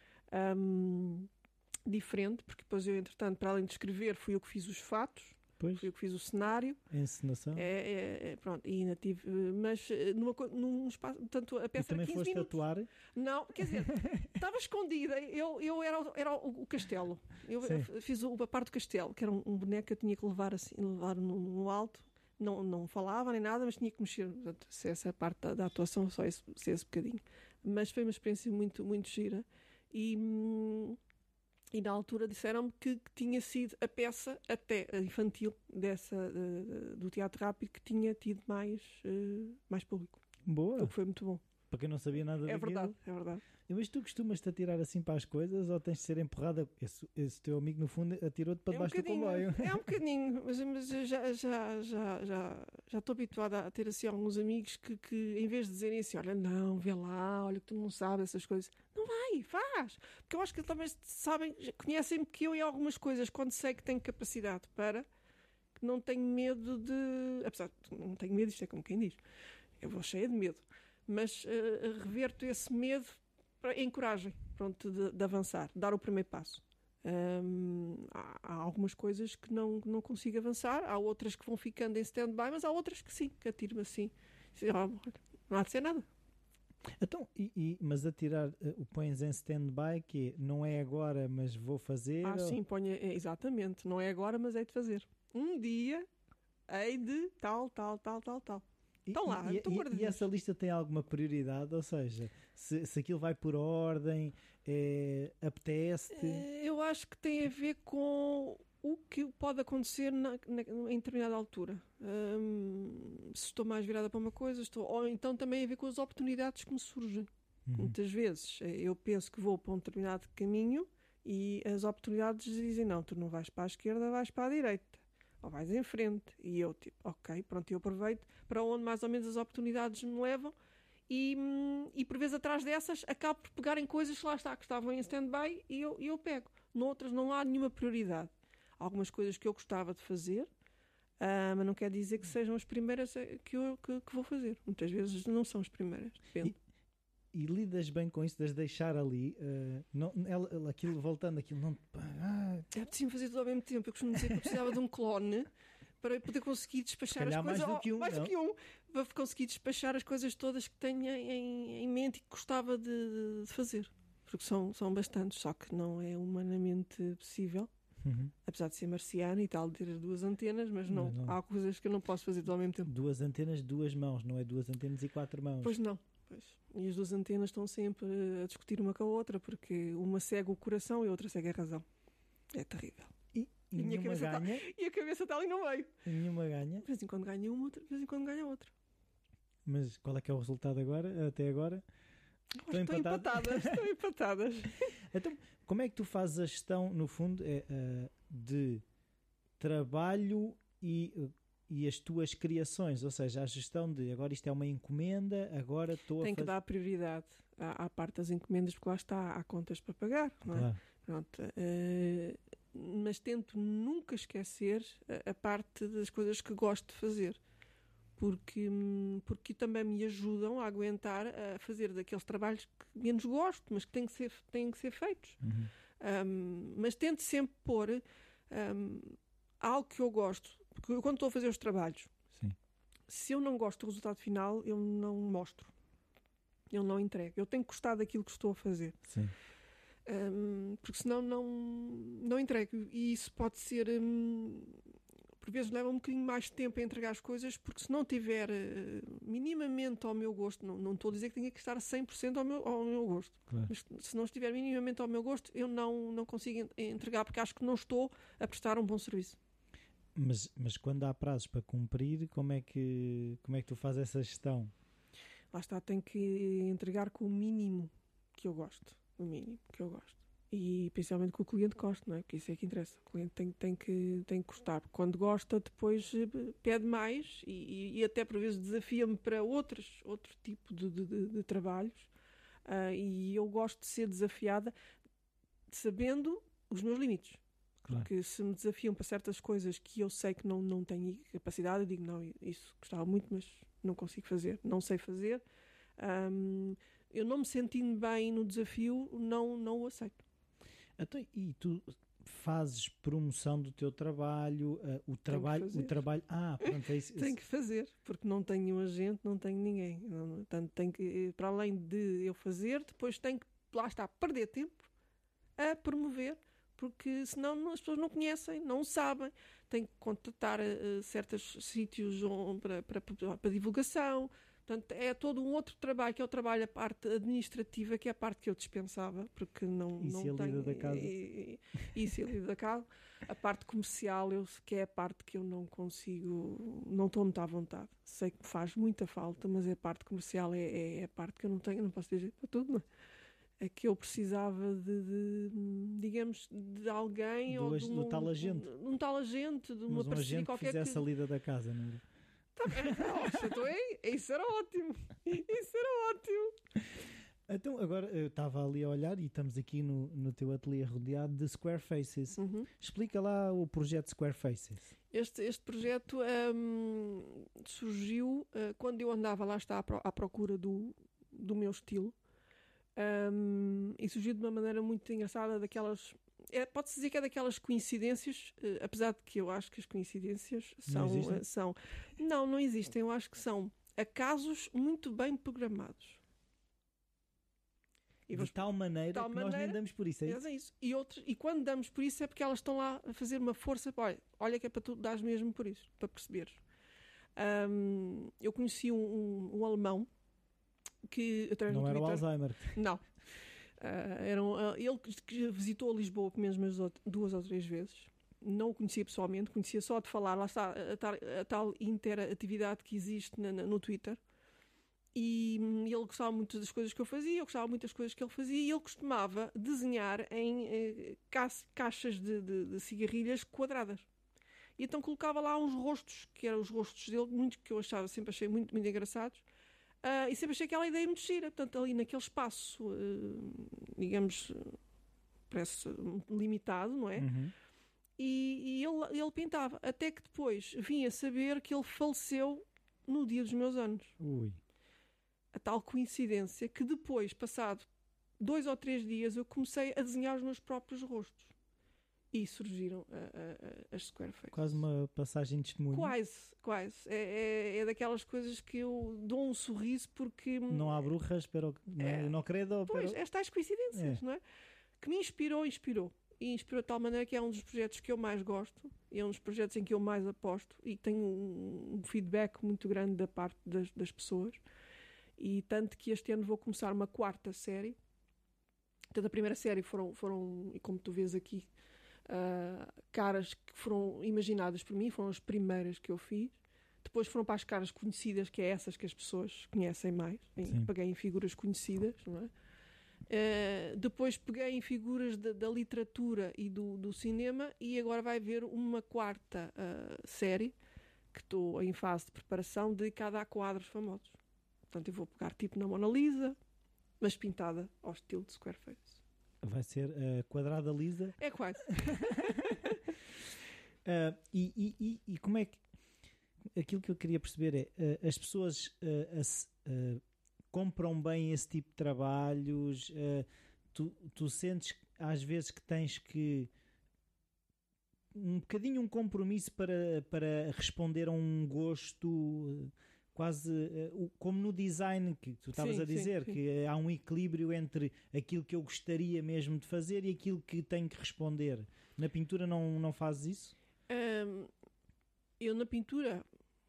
Um, diferente, porque depois eu, entretanto, para além de escrever, fui eu que fiz os fatos. Pois. Fui eu que fiz o cenário. A encenação. É, é, é, pronto, e ainda tive, mas numa, num espaço, tanto a peça e também quinze foste minutos. atuar? Não, quer dizer, estava escondida. Eu, eu era, era o, o castelo. Eu Sim. fiz a parte do castelo, que era um, um boneco que eu tinha que levar, assim, levar no, no alto. Não, não falava nem nada, mas tinha que mexer. Portanto, se essa parte da, da atuação, só esse, se esse bocadinho. Mas foi uma experiência muito, muito gira. E, e na altura disseram-me que, que tinha sido a peça, até a infantil, dessa, uh, do Teatro Rápido, que tinha tido mais, uh, mais público. Boa. O que foi muito bom. Para quem não sabia nada é daquilo. É verdade, é verdade. Mas tu costumas-te atirar assim para as coisas ou tens de ser empurrada? Esse, esse teu amigo, no fundo, atirou-te para é debaixo um do comboio. É um bocadinho, mas, mas eu já, já, já, já, já estou habituada a ter assim alguns amigos que, que, em vez de dizerem assim, olha, não, vê lá, olha que tu não sabes essas coisas, não vai, faz. Porque eu acho que eles também sabem, conhecem-me que eu em algumas coisas, quando sei que tenho capacidade para, que não tenho medo de... Apesar de não tenho medo, isto é como quem diz, eu vou cheia de medo, mas uh, reverto esse medo em coragem, pronto, de, de avançar, dar o primeiro passo. Um, há, há algumas coisas que não, não consigo avançar, há outras que vão ficando em stand-by, mas há outras que sim, que atiro-me assim. Não há de ser nada. Então, e, e, mas atirar uh, o pões em stand-by, que não é agora, mas vou fazer? Ah, ou... sim, ponho, é, exatamente. Não é agora, mas é de fazer. Um dia, hei de tal, tal, tal, tal, tal. Estão lá, e, estão e, e essa lista tem alguma prioridade? Ou seja, se, se aquilo vai por ordem, é, apetece-te? Eu acho que tem a ver com o que pode acontecer na, na, em determinada altura. Um, se estou mais virada para uma coisa, estou, ou então também a ver com as oportunidades que me surgem. Uhum. Muitas vezes eu penso que vou para um determinado caminho e as oportunidades dizem, não, tu não vais para a esquerda, vais para a direita, ou vais em frente. E eu, tipo, ok, pronto, eu aproveito para onde mais ou menos as oportunidades me levam e, e por vezes atrás dessas acabo por pegar em coisas que lá está, que estavam em stand-by e eu, e eu pego. Noutras não há nenhuma prioridade. Algumas coisas que eu gostava de fazer, uh, mas não quer dizer que sejam as primeiras que eu que, que vou fazer. Muitas vezes não são as primeiras, depende. E, e lidas bem com isso de as deixar ali, uh, não, ela, aquilo, voltando aquilo, não... Ah. É preciso fazer tudo ao mesmo tempo. Eu costumo dizer que eu precisava de um clone para poder conseguir despachar as coisas. Mais do que um, mais do que um, para conseguir despachar as coisas todas que tenho em, em mente e que gostava de, de fazer. Porque são, são bastantes, só que não é humanamente possível. Uhum. Apesar de ser marciano e tal, de ter as duas antenas, mas não, não, não, há coisas que eu não posso fazer tudo ao mesmo tempo. Duas antenas, duas mãos, não é duas antenas e quatro mãos. Pois não, pois. E as duas antenas estão sempre a discutir uma com a outra, porque uma segue o coração e a outra segue a razão. É terrível. E, e, e, a cabeça ganha? Tá, e a cabeça está ali no meio. E nenhuma ganha? De vez em quando ganha uma, outra, de vez em quando ganha outra. Mas qual é que é o resultado agora, até agora? Estão empatadas. Estão empatadas. Então, como é que tu fazes a gestão, no fundo, é, uh, de trabalho e, uh, e as tuas criações? Ou seja, a gestão de agora isto é uma encomenda, agora estou a Tem fazer... que dar prioridade à, à parte das encomendas, porque lá está, há contas para pagar, não é? Claro. Pronto. Uh, mas tento nunca esquecer a, a parte das coisas que gosto de fazer. Porque, porque também me ajudam a aguentar a fazer daqueles trabalhos que menos gosto, mas que têm que ser, têm que ser feitos. Uhum. Um, mas tento sempre pôr um, algo que eu gosto. Porque eu, quando estou a fazer os trabalhos, Sim. se eu não gosto do resultado final, eu não mostro. Eu não entrego. Eu tenho que gostar daquilo que estou a fazer. Sim. Um, porque senão não, não entrego. E isso pode ser... Um, por vezes leva um bocadinho mais de tempo a entregar as coisas, porque se não tiver uh, minimamente ao meu gosto, não, não estou a dizer que tenha que estar cem por cento ao meu, ao meu gosto, claro. Mas se não estiver minimamente ao meu gosto, eu não, não consigo entregar, porque acho que não estou a prestar um bom serviço. Mas, mas quando há prazos para cumprir, como é que, como é que tu fazes essa gestão? Lá está, tenho que entregar com o mínimo que eu gosto, o mínimo que eu gosto. E principalmente que o cliente goste, não é? Porque isso é que interessa. O cliente tem, tem, que, tem que gostar. Quando gosta, depois pede mais e, e até por vezes desafia-me para outros, outro tipo de, de, de, de trabalhos. Uh, e eu gosto de ser desafiada sabendo os meus limites. Claro. Porque se me desafiam para certas coisas que eu sei que não, não tenho capacidade, eu digo, não, isso gostava muito, mas não consigo fazer, não sei fazer. Um, eu não me sentindo bem no desafio, não, não o aceito. Então, e tu fazes promoção do teu trabalho, uh, o trabalho, o trabalho, ah, pronto, é isso. Tenho que fazer, porque não tenho nenhum agente, não tenho ninguém. Não, portanto, tenho que, para além de eu fazer, depois tenho que, lá está, perder tempo a promover, porque senão as pessoas não conhecem, não sabem. Tenho que contratar uh, certos sítios para, para, para divulgação. Portanto, é todo um outro trabalho, que é o trabalho, a parte administrativa, que é a parte que eu dispensava, porque não, isso não é tenho... da casa. E, e, isso é lida da casa. A parte comercial, eu, que é a parte que eu não consigo, não estou muito à vontade. Sei que faz muita falta, mas a parte comercial é, é, é a parte que eu não tenho, não posso dizer para tudo, não é? É que eu precisava de, de digamos, de alguém... Do, ou de um, do tal agente. De um tal agente, de uma mas um parceria agente qualquer que fizesse que... a lida da casa, não era? Isso era ótimo. Isso era ótimo. Então, agora eu estava ali a olhar e estamos aqui no, no teu ateliê rodeado de Square Faces. Uhum. Explica lá o projeto Square Faces. Este, este projeto um, surgiu uh, quando eu andava, lá está, à, pro, à procura do, do meu estilo. Um, e surgiu de uma maneira muito engraçada, daquelas... É, pode-se dizer que é daquelas coincidências, uh, apesar de que eu acho que as coincidências são não, uh, são... não, não existem. Eu acho que são acasos muito bem programados. E de tal maneira tal que maneira, nós nem damos por isso, é isso? É isso. E, outros, e quando damos por isso é porque elas estão lá a fazer uma força. Olha, olha que é para tu dares mesmo por isso, para perceberes. Um, eu conheci um, um, um alemão que... Não era o Alzheimer. Não. Uh, era um, uh, ele que visitou Lisboa mesmo as duas ou três vezes não o conhecia pessoalmente, conhecia só de falar, lá está a tal, a tal interatividade que existe na, na, no Twitter. E hum, ele gostava muito das coisas que eu fazia, eu gostava muito das coisas que ele fazia, e ele costumava desenhar em eh, ca caixas de, de, de cigarrilhas quadradas. E então colocava lá uns rostos, que eram os rostos dele, muito, que eu achava, sempre achei muito, muito engraçados, uh, e sempre achei aquela ideia muito gira. Portanto, ali naquele espaço, uh, digamos, parece limitado, não é? Uhum. E, e ele, ele pintava, até que depois vim a saber que ele faleceu no dia dos meus anos. Ui. A tal coincidência que depois, passado dois ou três dias, eu comecei a desenhar os meus próprios rostos. E surgiram a, a, a, as Square Faces. Quase uma passagem de testemunho. Quase, quase. É, é, é daquelas coisas que eu dou um sorriso porque... Não há brujas, pero não, É. não credo. Pois, Pero... estas coincidências, É. não é? Que me inspirou, inspirou. E inspirou de tal maneira que é um dos projetos que eu mais gosto. E é um dos projetos em que eu mais aposto. E tenho um, um feedback muito grande da parte das, das pessoas. E tanto que este ano vou começar uma quarta série. Portanto, a primeira série foram, foram e como tu vês aqui, Uh, caras que foram imaginadas por mim, foram as primeiras que eu fiz. Depois foram para as caras conhecidas, que é essas que as pessoas conhecem mais. Em, peguei em figuras conhecidas, não é? Uh, depois peguei em figuras da, da literatura e do, do cinema, e agora vai haver uma quarta uh, série que estou em fase de preparação, dedicada a quadros famosos. Portanto, eu vou pegar tipo na Mona Lisa, mas pintada ao estilo de Squareface. Vai ser a uh, quadrada lisa. É quase. uh, e, e, e, e como é que... Aquilo que eu queria perceber é, uh, as pessoas uh, uh, uh, compram bem esse tipo de trabalhos? Uh, tu, tu sentes às vezes que tens que... um bocadinho um compromisso para, para responder a um gosto... Uh, quase uh, como no design que tu estavas a dizer, sim, sim. que há um equilíbrio entre aquilo que eu gostaria mesmo de fazer e aquilo que tenho que responder. Na pintura não, não fazes isso? Um, eu na pintura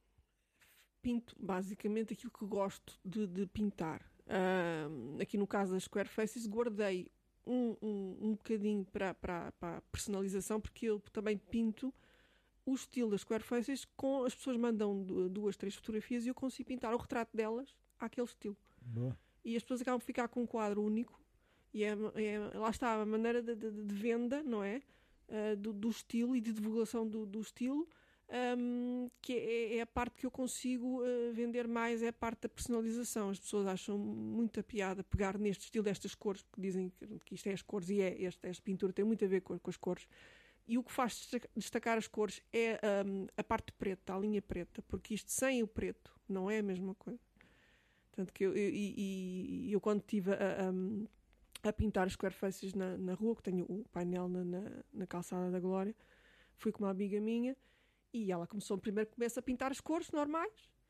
pinto basicamente aquilo que gosto de, de pintar. Um, aqui no caso das Square Faces guardei um, um, um bocadinho para, para, para a personalização, porque eu também pinto o estilo das Square Faces, com as pessoas mandam duas, três fotografias e eu consigo pintar o retrato delas àquele estilo. Boa. E as pessoas acabam de ficar com um quadro único, e é, é, lá está a maneira de, de, de venda, não é? Uh, do, do estilo e de divulgação do, do estilo, um, que é, é a parte que eu consigo uh, vender mais, é a parte da personalização. As pessoas acham muita piada pegar neste estilo, destas cores, porque dizem que, que isto é as cores, e é, esta, esta pintura tem muito a ver com, com as cores. E o que faz destacar as cores é um, a parte preta, a linha preta, porque isto sem o preto não é a mesma coisa. Tanto que eu, eu, eu, eu quando estive a, a, a pintar as Square Faces na, na rua, que tenho o painel na, na, na Calçada da Glória, fui com uma amiga minha e ela começou, primeiro começa a pintar as cores normais,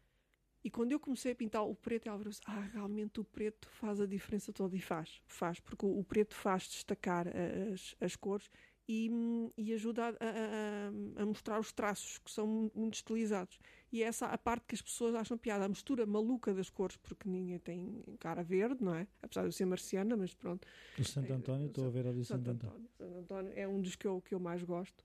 e quando eu comecei a pintar o preto, ela falou: ah, realmente o preto faz a diferença toda. E faz, faz, porque o, o preto faz destacar as, as cores. E, e ajuda a, a, a mostrar os traços que são muito estilizados. E é essa a parte que as pessoas acham piada, a mistura maluca das cores, porque ninguém tem cara verde, não é? Apesar de eu ser marciana, mas pronto. O Santo António, estou a ver ali o Santo António. Santo António é um dos que eu, que eu mais gosto.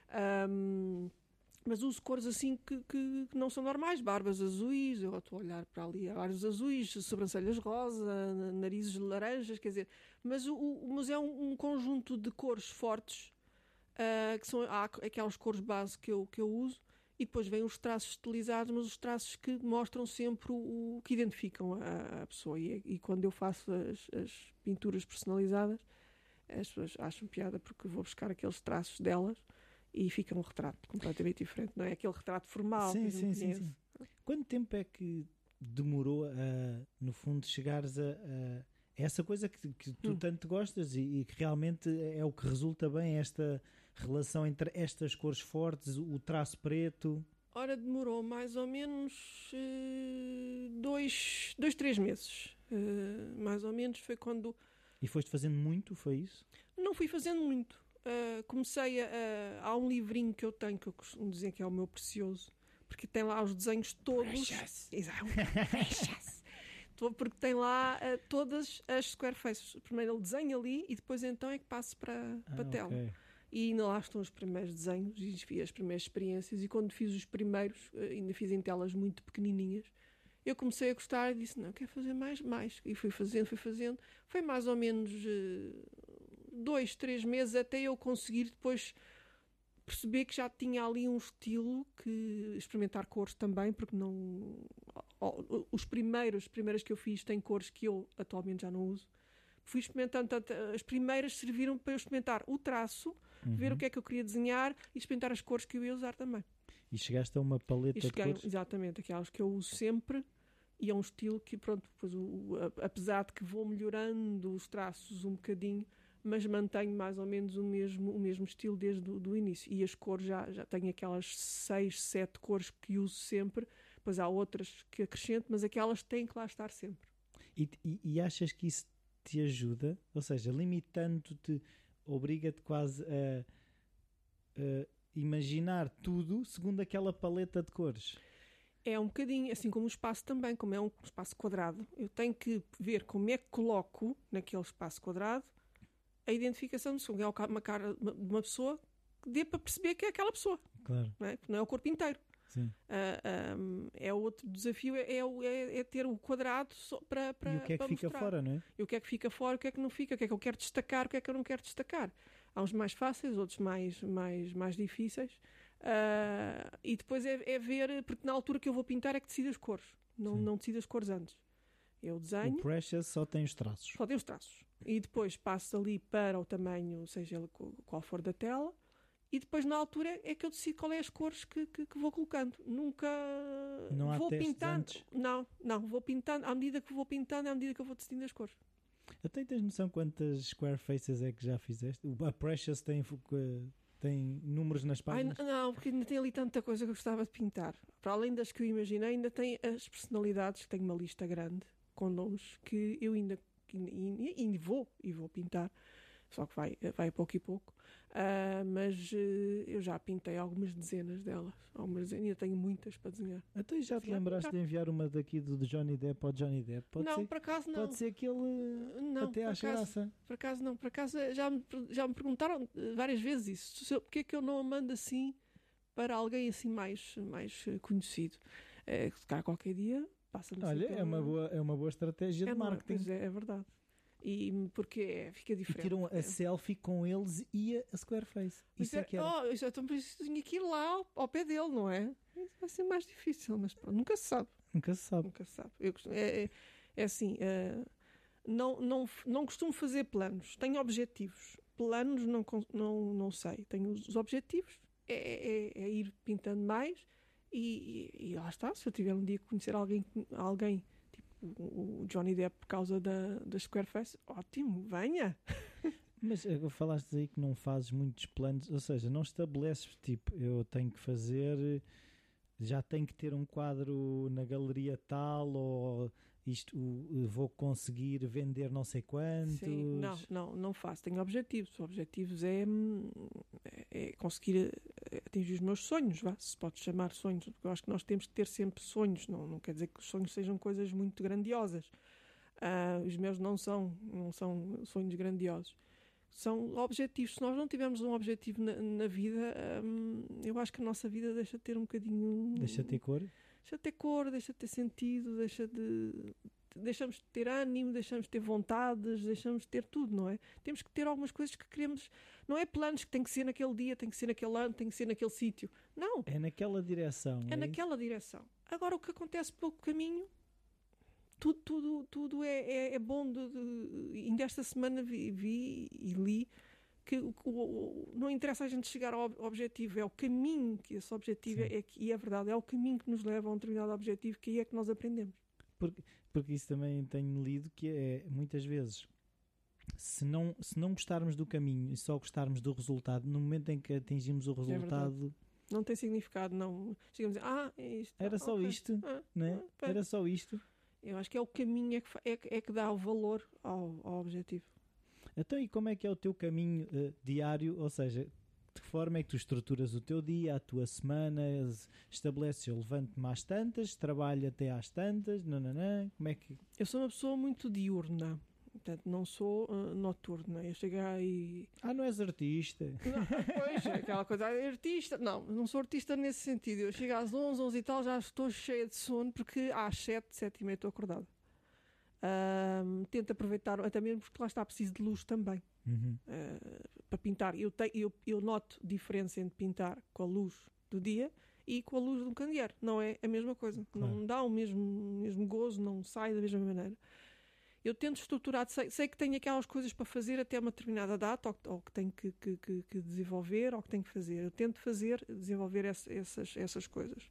Um, mas uso cores assim que, que, que não são normais, barbas azuis, eu estou a olhar para ali, olhos azuis, sobrancelhas rosa, narizes laranjas, quer dizer, mas, o, o, mas é um, um conjunto de cores fortes, uh, que são há aquelas cores base que eu, que eu uso, e depois vêm os traços estilizados, mas os traços que mostram sempre o, o que identificam a, a pessoa. E, e quando eu faço as, as pinturas personalizadas, as pessoas acham piada porque vou buscar aqueles traços delas e fica um retrato completamente diferente, não é aquele retrato formal. Sim, que sim, sim, sim. Quanto tempo é que demorou a, no fundo, chegares a, a essa coisa que, que tu hum. tanto gostas e, e que realmente é o que resulta bem, esta relação entre estas cores fortes, o traço preto? Ora, demorou mais ou menos uh, dois, dois, três meses. Uh, mais ou menos foi quando... E foste fazendo muito, foi isso? Não fui fazendo muito. Uh, comecei a, a... Há um livrinho que eu tenho, que eu costumo dizer que é o meu precioso, porque tem lá os desenhos todos... Precious. Exato. Precious. Porque tem lá uh, todas as Square Faces. Primeiro ele desenha ali e depois então é que passo para, ah, para a tela. Okay. E ainda lá estão os primeiros desenhos e fiz as primeiras experiências. E quando fiz os primeiros, ainda fiz em telas muito pequenininhas, eu comecei a gostar e disse, não, quero fazer mais, mais. E fui fazendo, fui fazendo. Foi mais ou menos uh, dois, três meses até eu conseguir depois perceber que já tinha ali um estilo, que experimentar cores também, porque não... Os primeiros, as primeiras que eu fiz têm cores que eu atualmente já não uso. Fui experimentando, tanto, as primeiras serviram para eu experimentar o traço, uhum. ver o que é que eu queria desenhar e experimentar as cores que eu ia usar também. E chegaste a uma paleta e cheguei, de cores? Exatamente, aquelas que eu uso sempre, e é um estilo que, pronto, depois, o, o, apesar de que vou melhorando os traços um bocadinho, mas mantenho mais ou menos o mesmo, o mesmo estilo desde o do início. E as cores, já, já tenho aquelas seis, sete cores que uso sempre, depois há outras que acrescento, mas aquelas têm que lá estar sempre. E, e, e achas que isso te ajuda? Ou seja, limitando-te, obriga-te quase a, a imaginar tudo segundo aquela paleta de cores? É um bocadinho, assim como o espaço também, como é um espaço quadrado. Eu tenho que ver como é que coloco naquele espaço quadrado a identificação de som. É uma cara de uma pessoa que dê para perceber que é aquela pessoa. Claro. Não é, não é o corpo inteiro. Sim. Uh, um, é outro desafio, é, é, é ter o quadrado para, para, e o que é que fica mostrar. fora, não é? E o que é que fica fora, o que é que não fica, o que é que eu quero destacar, o que é que eu não quero destacar. Há uns mais fáceis, outros mais, mais, mais difíceis. Uh, e depois é, é ver, porque na altura que eu vou pintar é que decido as cores, não, não decido as cores antes. Eu desenho. O Precious só tem os traços. Só tem os traços. E depois passo ali para o tamanho, seja ele qual for da tela. E depois, na altura, é que eu decido qual é as cores que, que, que vou colocando. Nunca não há vou testes pintando. Antes? Não, não, vou pintando. À medida que vou pintando, é à medida que eu vou decidindo as cores. Até tens noção quantas square faces é que já fizeste? A Precious tem, tem números nas páginas? Ai, não, porque ainda tem ali tanta coisa que eu gostava de pintar. Para além das que eu imaginei, ainda tem as personalidades, que tenho uma lista grande, com nomes, que eu ainda, ainda, ainda vou e vou pintar. Só que vai, vai a pouco e pouco. Uh, mas uh, eu já pintei algumas dezenas delas. Algumas dezenas, ainda tenho muitas para desenhar. Até então, já te lembraste de enviar uma daqui do Johnny Depp ao Johnny Depp? Pode não, ser, por acaso não. Pode ser que ele não, até ache graça. Por acaso não. Por acaso já me, já me perguntaram várias vezes isso. Porque é que eu não a mando assim para alguém assim mais, mais conhecido? É, se calhar qualquer dia passa-me Olha, assim é, uma boa, é uma boa estratégia é de marketing. Pois é, é verdade. E porque é, fica diferente. E tiram a é. selfie com eles e a Squareface. Isso é, é que era. Oh, isso, então por isso tinha que ir lá ao, ao pé dele, não é? Isso vai ser mais difícil, mas pronto, nunca se sabe. Nunca se sabe. Nunca se sabe. Eu, é, é, é assim, uh, não, não, não costumo fazer planos. Tenho objetivos. Planos não, não, não sei. Tenho os objetivos, é, é, é ir pintando mais e, e, e lá está. Se eu tiver um dia que conhecer alguém, alguém o Johnny Depp por causa da, da Squareface, ótimo, venha. Mas falaste aí que não fazes muitos planos, ou seja, não estabeleces tipo, eu tenho que fazer, já tenho que ter um quadro na galeria tal, ou isto vou conseguir vender não sei quantos. Sim, não, não, não faço, tenho objetivos. Objetivos é, é conseguir atingir os meus sonhos, vá, se pode chamar sonhos, porque eu acho que nós temos que ter sempre sonhos, não, não quer dizer que os sonhos sejam coisas muito grandiosas. Uh, os meus não são, não são sonhos grandiosos. São objetivos. Se nós não tivermos um objetivo na, na vida, um, eu acho que a nossa vida deixa de ter um bocadinho... Deixa de ter cor? Deixa de ter cor, deixa de ter sentido, deixa de... deixamos de ter ânimo, deixamos de ter vontades, deixamos de ter tudo, não é? Temos que ter algumas coisas que queremos. Não é planos que tem que ser naquele dia, tem que ser naquele ano, tem que ser naquele sítio. Não. É naquela direção. É, é naquela direção. Agora, o que acontece pelo caminho, tudo, tudo, tudo é, é, é bom. De, de, ainda esta semana vi, vi e li que o, o, não interessa a gente chegar ao objetivo, é o caminho que esse objetivo é, é, e é verdade, é o caminho que nos leva a um determinado objetivo, que aí é que nós aprendemos. Porque, porque isso também tenho lido, que é muitas vezes, se não, se não gostarmos do caminho e só gostarmos do resultado, no momento em que atingimos o resultado... É não tem significado, não. Chegamos a dizer, ah, é isto. Era ah, só okay. isto, ah, né? ah, Era só isto. Eu acho que é o caminho é que, é, é que dá o valor ao, ao objetivo. Então, e como é que é o teu caminho uh, diário? Ou seja, de que forma é que tu estruturas o teu dia, a tua semana, estabeleces, eu levanto-me às tantas, trabalho até às tantas, nananã, como é que... Eu sou uma pessoa muito diurna, Portanto, não sou uh, noturna. Eu chego aí... Ah, não és artista? Não, pois, é aquela coisa, ah, artista. Não, não sou artista nesse sentido. Eu chego às onze, onze e tal, já estou cheia de sono, porque às sete, sete e meia estou acordada. Um, tento aproveitar, até mesmo porque lá está preciso de luz também. Uhum. Uh, para pintar. Eu, te, eu, eu noto diferença entre pintar com a luz do dia e com a luz de um candeeiro. Não é a mesma coisa. Claro. Não dá o mesmo, mesmo gozo, não sai da mesma maneira. Eu tento estruturar, sei, sei que tenho aquelas coisas para fazer até uma determinada data, ou, ou que tenho que, que, que, que desenvolver, ou que tenho que fazer. Eu tento fazer, desenvolver essa, essas, essas coisas.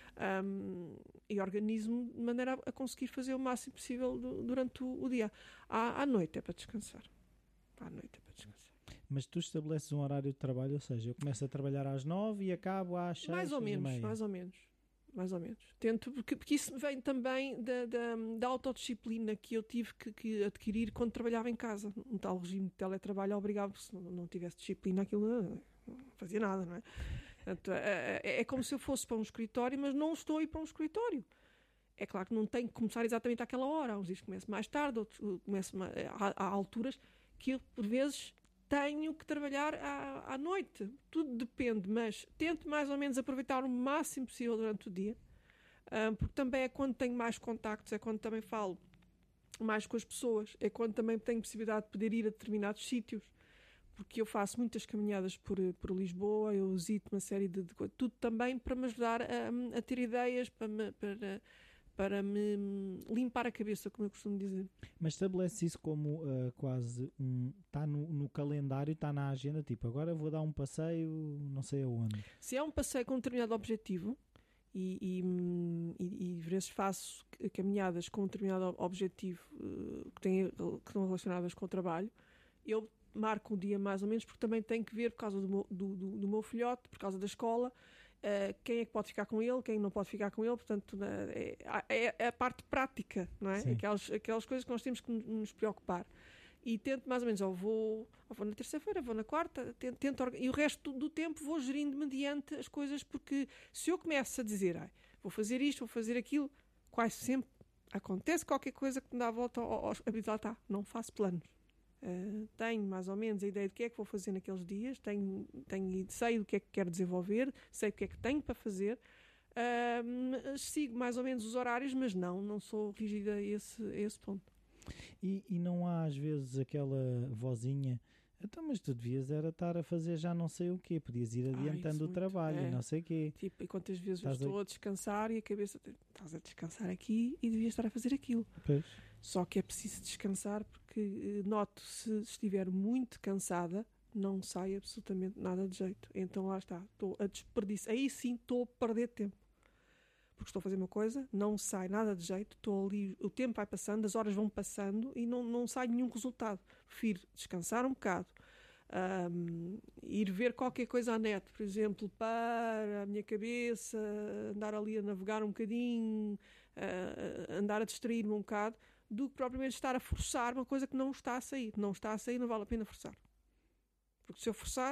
Um, e organizo-me de maneira a, a conseguir fazer o máximo possível do, durante o, o dia. À, à noite é para descansar. À noite é para descansar. Mas tu estabeleces um horário de trabalho, ou seja, eu começo a trabalhar às nove e acabo às seis, mais ou seis e menos, meia. mais ou menos. Mais ou menos. Tento, porque, porque isso vem também da, da, da autodisciplina que eu tive que, que adquirir quando trabalhava em casa. Um tal regime de teletrabalho obrigava, se não, não tivesse disciplina, aquilo não fazia nada, não é? Portanto, é, é, é como se eu fosse para um escritório, mas não estou a ir para um escritório. É claro que não tenho que começar exatamente àquela hora. Uns dias começo mais tarde, outros começo mais, há, há alturas que eu, por vezes, tenho que trabalhar à, à noite. Tudo depende, mas tento mais ou menos aproveitar o máximo possível durante o dia, um, porque também é quando tenho mais contactos, é quando também falo mais com as pessoas, é quando também tenho possibilidade de poder ir a determinados sítios, porque eu faço muitas caminhadas por, por Lisboa, eu visito uma série de, de coisas, tudo também para me ajudar a, a ter ideias, para me, para, para me limpar a cabeça, como eu costumo dizer. Mas estabelece isso como uh, quase um... Está no, no calendário, está na agenda, tipo, agora vou dar um passeio, não sei aonde. Se é um passeio com um determinado objetivo, e, e, e, e vezes faço caminhadas com um determinado objetivo uh, que, tem, que estão relacionadas com o trabalho, eu marco o dia mais ou menos, porque também tenho que ver, por causa do meu, do, do, do meu filhote, por causa da escola, Uh, quem é que pode ficar com ele, quem não pode ficar com ele, portanto uh, é, é, é a parte prática, não é? Aquelas, aquelas coisas que nós temos que nos preocupar. E tento mais ou menos, ou vou, ou vou na terça-feira, vou na quarta, tento, tento, e o resto do, do tempo vou gerindo mediante as coisas, porque se eu começo a dizer, ah, vou fazer isto, vou fazer aquilo, quase sempre acontece qualquer coisa que me dá a volta ao, ao, ao, está, não faço planos. Uh, tenho mais ou menos a ideia do que é que vou fazer naqueles dias, tenho, tenho, sei o que é que quero desenvolver, sei o que é que tenho para fazer, uh, sigo mais ou menos os horários, mas não, não sou rígida a esse, a esse ponto. E, e não há às vezes aquela vozinha, então, mas tu devias era estar a fazer já não sei o quê, podias ir adiantando ah, o trabalho é. e não sei o quê. Tipo, e quantas vezes estás eu estou a... a descansar e a cabeça, estás a descansar aqui e devias estar a fazer aquilo. Pois. Só que é preciso descansar, porque noto, se estiver muito cansada, não sai absolutamente nada de jeito. Então lá está, estou a desperdício. Aí sim estou a perder tempo. Porque estou a fazer uma coisa, não sai nada de jeito, estou ali, o tempo vai passando, as horas vão passando e não, não sai nenhum resultado. Prefiro descansar um bocado, um, ir ver qualquer coisa à net, por exemplo, para a minha cabeça, andar ali a navegar um bocadinho, uh, andar a distrair-me um bocado, do que propriamente estar a forçar uma coisa que não está a sair. Não está a sair, não vale a pena forçar. Porque se eu forçar,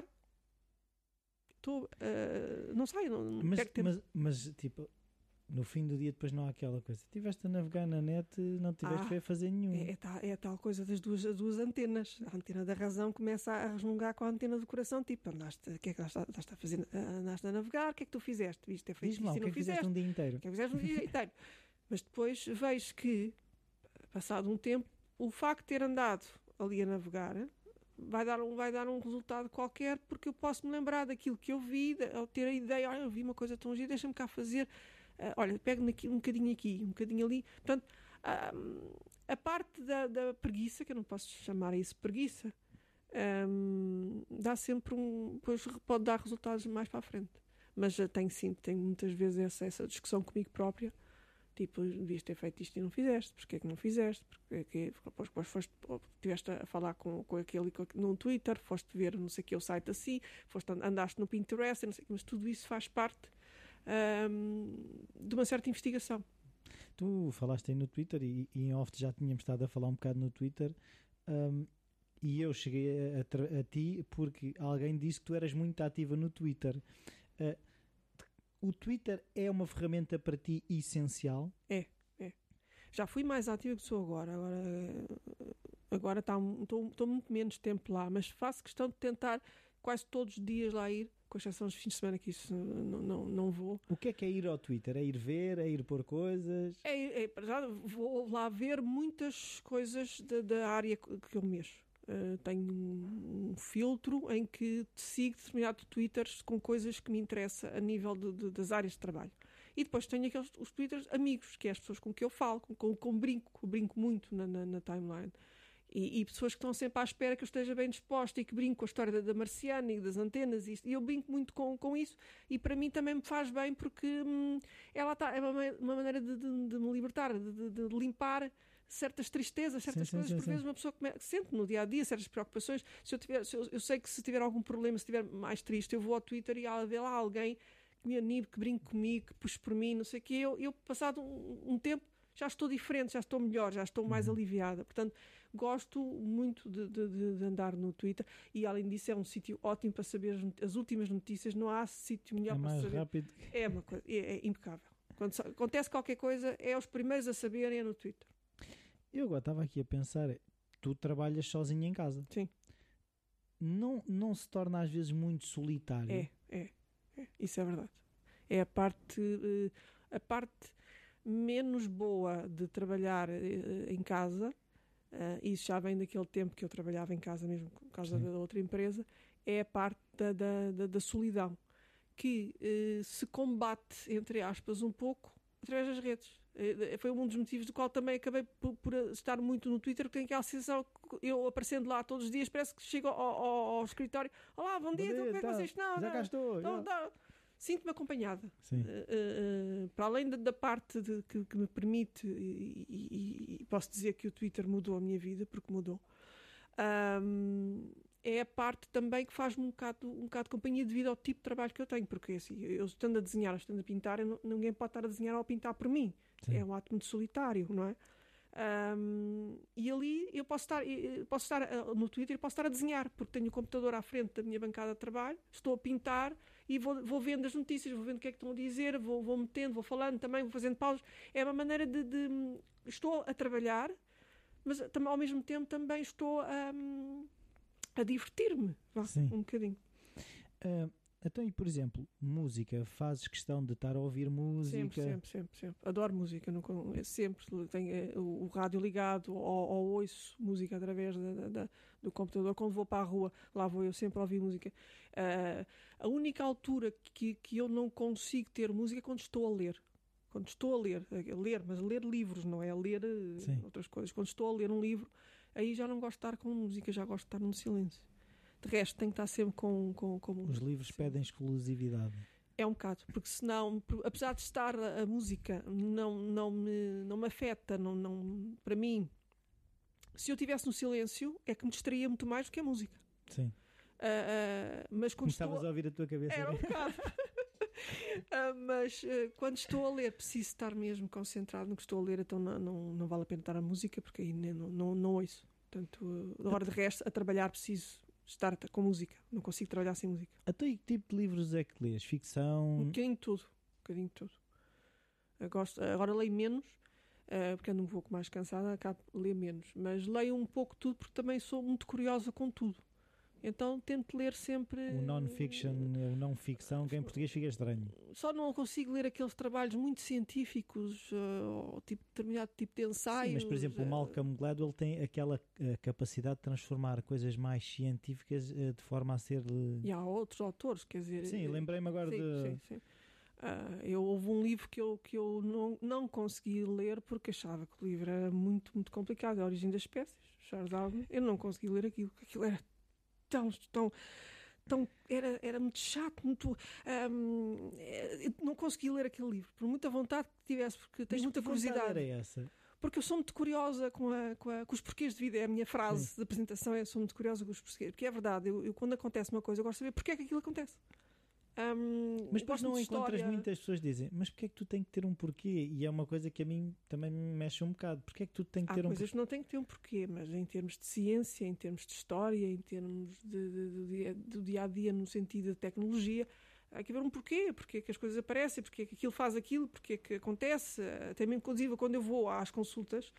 estou, uh, não sai. Não, mas, mas, mas, tipo, no fim do dia depois não há aquela coisa. Estiveste a navegar na net, não tiveste ah, a fazer nenhum. É, é, tal, é a tal coisa das duas, duas antenas. A antena da razão começa a resmungar com a antena do coração. Tipo, andaste, o que é que andaste a fazer? Andaste a navegar, o que é que tu fizeste? Viste, é feito Diz-me lá, o que é que fizeste um dia inteiro? O que é que fizeste um dia inteiro? Mas depois vejo que, passado um tempo, o facto de ter andado ali a navegar vai dar um, vai dar um resultado qualquer, porque eu posso me lembrar daquilo que eu vi, ao ter a ideia, olha, eu vi uma coisa tão gira, deixa-me cá fazer, uh, olha, pego-me aqui, um bocadinho aqui, um bocadinho ali. Portanto, uh, a parte da, da preguiça, que eu não posso chamar isso preguiça, um, dá sempre um, depois pode dar resultados mais para a frente. Mas uh, tenho sim, tenho muitas vezes essa, essa discussão comigo própria. Tipo, devias ter feito isto e não fizeste. Porquê é que não fizeste? Porque é que, depois, depois foste, estiveste a falar com, com aquele com, no Twitter, foste ver não sei o que o site assim, foste, andaste no Pinterest, não sei, mas tudo isso faz parte um, de uma certa investigação. Tu falaste aí no Twitter e, e em off já tínhamos estado a falar um bocado no Twitter um, e eu cheguei a, a, a ti porque alguém disse que tu eras muito ativa no Twitter. Uh, O Twitter é uma ferramenta para ti essencial? É, é. Já fui mais ativa que sou agora. Agora Agora estou muito menos tempo lá, mas faço questão de tentar quase todos os dias lá ir, com exceção dos fins de semana que isso não, não, não vou. O que é que é ir ao Twitter? É ir ver? É ir pôr coisas? É, é, já vou lá ver muitas coisas da, da área que eu mexo. Uh, tenho um, um filtro em que sigo determinados Twitters com coisas que me interessam a nível de, de, das áreas de trabalho. E depois tenho aqueles os Twitters amigos, que é as pessoas com que eu falo, com, com, com brinco, com brinco muito na, na, na timeline. E, e pessoas que estão sempre à espera que eu esteja bem disposta e que brinco com a história da, da Marciana e das antenas. E, e eu brinco muito com, com isso. E para mim também me faz bem porque hum, ela tá, é uma, uma maneira de, de, de me libertar, de, de, de limpar certas tristezas, certas sim, coisas. sim, Por sim, vezes sim. uma pessoa que sente no dia a dia certas preocupações. Se eu, tiver, se eu, eu sei que se tiver algum problema, se estiver mais triste, eu vou ao Twitter e há ver lá alguém que me anime, que brinque comigo, que puxe por mim, não sei o quê. Eu, eu passado um, um tempo, já estou diferente, já estou melhor, já estou mais uhum. aliviada. Portanto, gosto muito de, de, de andar no Twitter e, além disso, é um sítio ótimo para saber as, as últimas notícias. Não há sítio melhor É para mais saber. rápido. É uma coisa, é, é impecável. Quando acontece qualquer coisa, é os primeiros a saberem, é no Twitter. Eu agora estava aqui a pensar, tu trabalhas sozinho em casa. Sim. Não, não se torna às vezes muito solitário? É, é, é. Isso é verdade. É a parte, a parte menos boa de trabalhar em casa, isso já vem daquele tempo que eu trabalhava em casa mesmo, por causa da outra empresa, é a parte da, da, da, da solidão, que se combate, entre aspas, um pouco através das redes. Foi um dos motivos do qual também acabei por, por estar muito no Twitter, porque tem aquela sensação, eu aparecendo lá todos os dias, parece que chego ao, ao, ao escritório, olá, bom, bom dia, dia, como é que vocês estão? Já cá estou. Então, tá, sinto-me acompanhada. Sim. Uh, uh, uh, para além da, da parte de, que, que me permite, e, e, e posso dizer que o Twitter mudou a minha vida, porque mudou, um, é a parte também que faz-me um bocado, um bocado de companhia devido ao tipo de trabalho que eu tenho, porque assim, eu estando a desenhar, estando a pintar, eu, ninguém pode estar a desenhar ou a pintar por mim. Sim. É um ato muito solitário, não é? Um, e ali eu posso estar, eu posso estar no Twitter e posso estar a desenhar, porque tenho o computador à frente da minha bancada de trabalho, estou a pintar e vou, vou vendo as notícias, vou vendo o que é que estão a dizer, vou, vou metendo, vou falando também, vou fazendo pausas. É uma maneira de, de estou a trabalhar, mas também, ao mesmo tempo também estou a, a divertir-me um bocadinho. Uh, então, e por exemplo, música, fazes questão de estar a ouvir música? Sempre, sempre, sempre, sempre. Adoro música, não, sempre tenho é, o, o rádio ligado ou, ou ouço música através da, da, da, do computador. Quando vou para a rua, lá vou eu sempre a ouvir música. Uh, a única altura que, que eu não consigo ter música é quando estou a ler. Quando estou a ler, a ler, mas a ler livros, não é a ler Sim. outras coisas. Quando estou a ler um livro, aí já não gosto de estar com música, já gosto de estar no silêncio. De resto, tenho que estar sempre com, com, com música. Os livros pedem exclusividade. É um bocado, porque senão, apesar de estar a, a música, não, não, me, não me afeta, não, não, para mim, se eu estivesse no silêncio, é que me distraía muito mais do que a música. Sim. Uh, uh, mas quando Começavas estou... a ouvir a tua cabeça. Era um bocado. uh, mas uh, quando estou a ler, preciso estar mesmo concentrado no que estou a ler, então não, não, não vale a pena estar a música, porque aí não, não, não ouço. Portanto, uh, na hora de resto, a trabalhar preciso estar com música, não consigo trabalhar sem música. Até que tipo de livros é que lês? Ficção? Um bocadinho de tudo, um bocadinho de tudo. Eu gosto, agora leio menos, uh, porque ando um pouco mais cansada, acabo de ler menos, mas leio um pouco tudo porque também sou muito curiosa com tudo. Então tento ler sempre... O non-fiction, o não-ficção, que em português fica estranho. Só não consigo ler aqueles trabalhos muito científicos, uh, ou tipo, determinado tipo de ensaios. Sim, mas por exemplo, uh, o Malcolm Gladwell tem aquela uh, capacidade de transformar coisas mais científicas uh, de forma a ser... Uh... E há outros autores, quer dizer... Sim, lembrei-me agora sim, de... Sim, sim. Uh, eu, houve um livro que eu, que eu não, não consegui ler porque achava que o livro era muito, muito complicado. A Origem das Espécies, Charles Darwin. Eu não consegui ler aquilo, porque aquilo era tão... tão Então, era, era muito chato, muito, um, não consegui ler aquele livro, por muita vontade que tivesse, porque tenho Mas muita curiosidade. Era essa? Porque eu sou muito curiosa com, a, com, a, com os porquês de vida, é a minha frase Sim. de apresentação, é eu sou muito curiosa com os porquês, porque é verdade, eu, eu quando acontece uma coisa, eu gosto de saber porque é que aquilo acontece. Um, mas depois não encontras história... muitas pessoas que dizem, mas porque é que tu tens que ter um porquê? E é uma coisa que a mim também me mexe um bocado. Porque é que tu tens que Há ter um porquê? Há coisas que não têm que ter um porquê, mas em termos de ciência, em termos de história, em termos de, de, de, de, do dia a dia, no sentido da tecnologia, há que haver um porquê. Porque é que as coisas aparecem, porque é que aquilo faz aquilo, porque é que acontece. Até mesmo, inclusive, quando eu vou às consultas,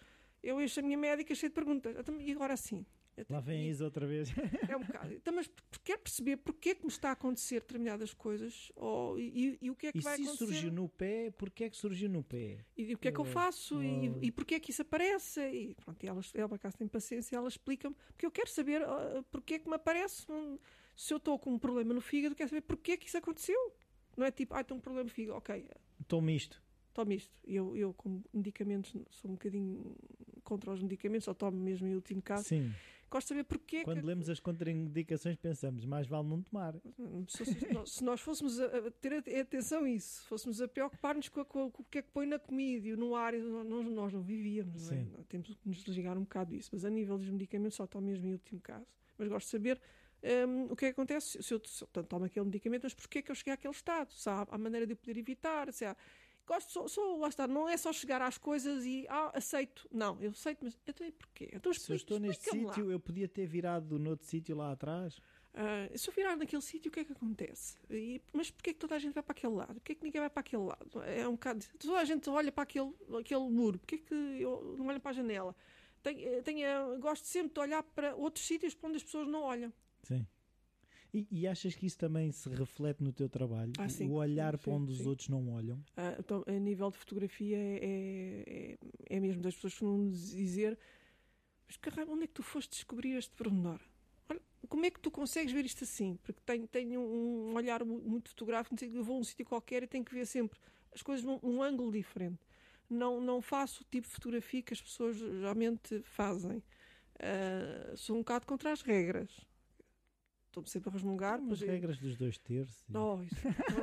eu encho a minha médica cheia de perguntas. E agora sim. Lá vem a Isa outra vez. É um bocado. Então, mas quero perceber porque é que me está a acontecer determinadas coisas ou, e, e o que é que e vai acontecer. E se surgiu no pé, porque é que surgiu no pé? E, e o que é que eu faço? Oh. E, e porque é que isso aparece? E pronto, e ela, ela por acaso tem paciência, ela explica-me. Porque eu quero saber uh, porque é que me aparece. Um, se eu estou com um problema no fígado, quero saber porque é que isso aconteceu. Não é tipo, ah, tenho um problema no fígado, ok. Tome isto. Tome isto. Eu, eu, com medicamentos, sou um bocadinho contra os medicamentos, só tomo mesmo em último caso. Sim. Gosto de saber porque. Quando que... lemos as contraindicações pensamos, mais vale não tomar. Se, se, nós, se nós fôssemos a, a ter atenção a isso, se fôssemos a preocupar-nos com, com, com o que é que põe na comida e no ar, nós, nós não vivíamos, não é? Nós temos que nos desligar um bocado disso. Mas a nível dos medicamentos só tomo mesmo em último caso. Mas gosto de saber um, o que é que acontece se eu, se eu tomo aquele medicamento, mas porquê é que eu cheguei àquele estado? Se há a maneira de eu poder evitar, se há... Gosto, sou, sou, lá está, não é só chegar às coisas e ah, aceito. Não, eu aceito, mas eu tenho porquê? Então, se eu estou neste sítio, eu podia ter virado noutro sítio lá atrás. Uh, se eu virar naquele sítio, o que é que acontece? E, mas porquê é que toda a gente vai para aquele lado? Porquê é que ninguém vai para aquele lado? É um bocado. Toda a gente olha para aquele, aquele muro, porquê é que eu não olho para a janela? Tenho, tenho, gosto sempre de olhar para outros sítios para onde as pessoas não olham. Sim. E, e achas que isso também se reflete no teu trabalho? Ah, sim, o olhar sim, para onde sim. os outros não olham? Ah, então, a nível de fotografia é, é, é mesmo das pessoas que vão dizer, mas caramba, onde é que tu foste descobrir este pormenor? Olha, como é que tu consegues ver isto assim? Porque tenho, tenho um olhar muito fotográfico, eu vou a um sítio qualquer e tenho que ver sempre as coisas num, num ângulo diferente. Não, não faço o tipo de fotografia que as pessoas geralmente fazem. Uh, sou um bocado contra as regras. Estou-me sempre a resmungar. As regras dos dois terços. Oh, isso,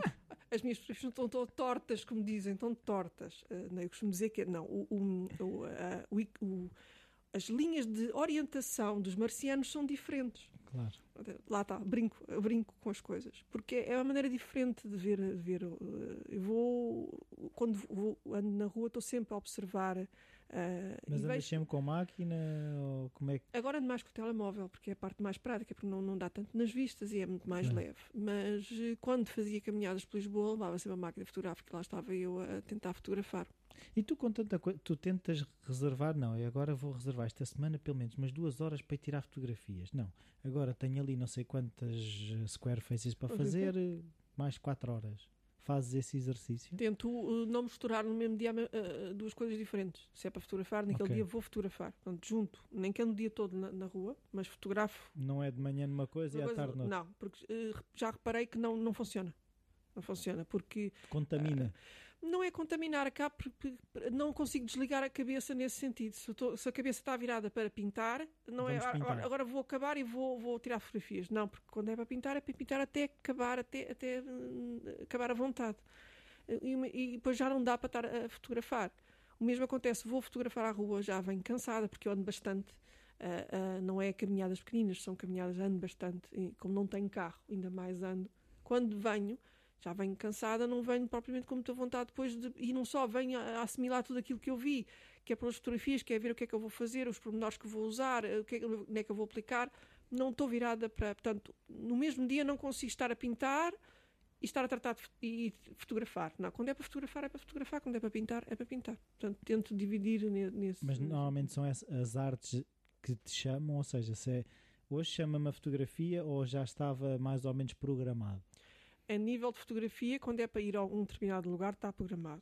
as minhas fotografias estão, estão tortas, como dizem, estão tortas. Uh, eu costumo dizer que não. O, o, o, uh, o, o, as linhas de orientação dos marcianos são diferentes. Claro. Lá está, brinco, brinco com as coisas. Porque é uma maneira diferente de ver. De ver uh, eu vou, quando vou, ando na rua, estou sempre a observar. Uh, Mas andas sempre com máquina? Ou como é que... Agora ando mais com o telemóvel, porque é a parte mais prática, porque não, não dá tanto nas vistas e é muito mais Sim. leve. Mas quando fazia caminhadas por Lisboa, levava sempre a máquina fotográfica e lá estava eu a tentar fotografar. E tu com tanta coisa, tu tentas reservar, não, eu agora vou reservar esta semana pelo menos umas duas horas para ir tirar fotografias. Não, agora tenho ali não sei quantas square faces para fazer, mais quatro horas. Fazes esse exercício? Tento uh, não misturar no mesmo dia uh, duas coisas diferentes. Se é para fotografar, naquele okay. dia vou fotografar. Portanto, junto, nem que ando o dia todo na, na rua, mas fotografo. Não é de manhã numa coisa e à tarde noutra? Não, porque uh, já reparei que não, não funciona. Não funciona, porque... Contamina. Uh, não é contaminar, acaba porque não consigo desligar a cabeça nesse sentido. Se, eu tô, se a cabeça está virada para pintar, não Vamos é pintar. agora vou acabar e vou, vou tirar fotografias. Não, porque quando é para pintar, é para pintar até acabar, até, até uh, acabar a vontade. E, e depois já não dá para estar a fotografar. O mesmo acontece, vou fotografar à rua, já venho cansada, porque eu ando bastante. Uh, uh, não é caminhadas pequeninas, são caminhadas, ando bastante. E como não tenho carro, ainda mais ando. Quando venho, já venho cansada, não venho propriamente com muita vontade depois de, e não só venho a, a assimilar tudo aquilo que eu vi, que é pelas fotografias, que é ver o que é que eu vou fazer, os pormenores que vou usar, o que é, onde é que eu vou aplicar. Não estou virada para... Portanto, no mesmo dia não consigo estar a pintar e estar a tratar de, e fotografar. Não, quando é para fotografar, é para fotografar. Quando é para pintar, é para pintar. Portanto, tento dividir nesse... Mas normalmente são as, as artes que te chamam, ou seja, se é, hoje chama-me a fotografia ou já estava mais ou menos programado? A nível de fotografia, quando é para ir a um determinado lugar, está programado.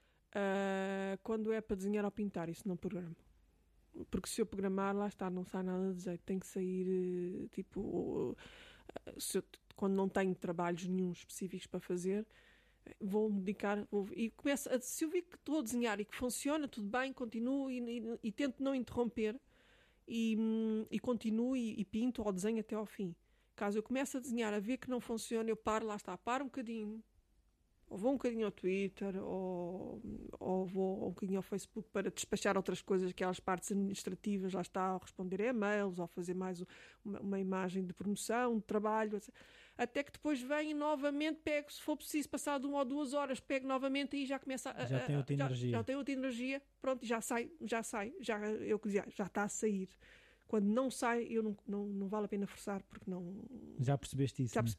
Uh, quando é para desenhar ou pintar, isso não programo. Porque se eu programar, lá está, não sai nada de jeito. Tem que sair, tipo... Uh, se eu, quando não tenho trabalhos nenhum específicos para fazer, vou-me dedicar... Vou, e começo a, se eu vi que estou a desenhar e que funciona, tudo bem, continuo e, e, e tento não interromper e, e continuo e, e pinto ou desenho até ao fim. Caso eu comece a desenhar, a ver que não funciona, eu paro, lá está, paro um bocadinho, ou vou um bocadinho ao Twitter, ou, ou vou um bocadinho ao Facebook para despachar outras coisas, aquelas partes administrativas, lá está, ou responder a e-mails, ou fazer mais uma, uma imagem de promoção, de trabalho, etcétera. Até que depois venho novamente, pego, se for preciso, passado uma ou duas horas, pego novamente e já começa a... Já tem outra já, energia. Já tem outra energia, pronto, já sai, já sai, já, eu dizia, já está a sair. Quando não sai, eu não, não, não vale a pena forçar, porque não... Já percebeste isso? Já né? percebi isso.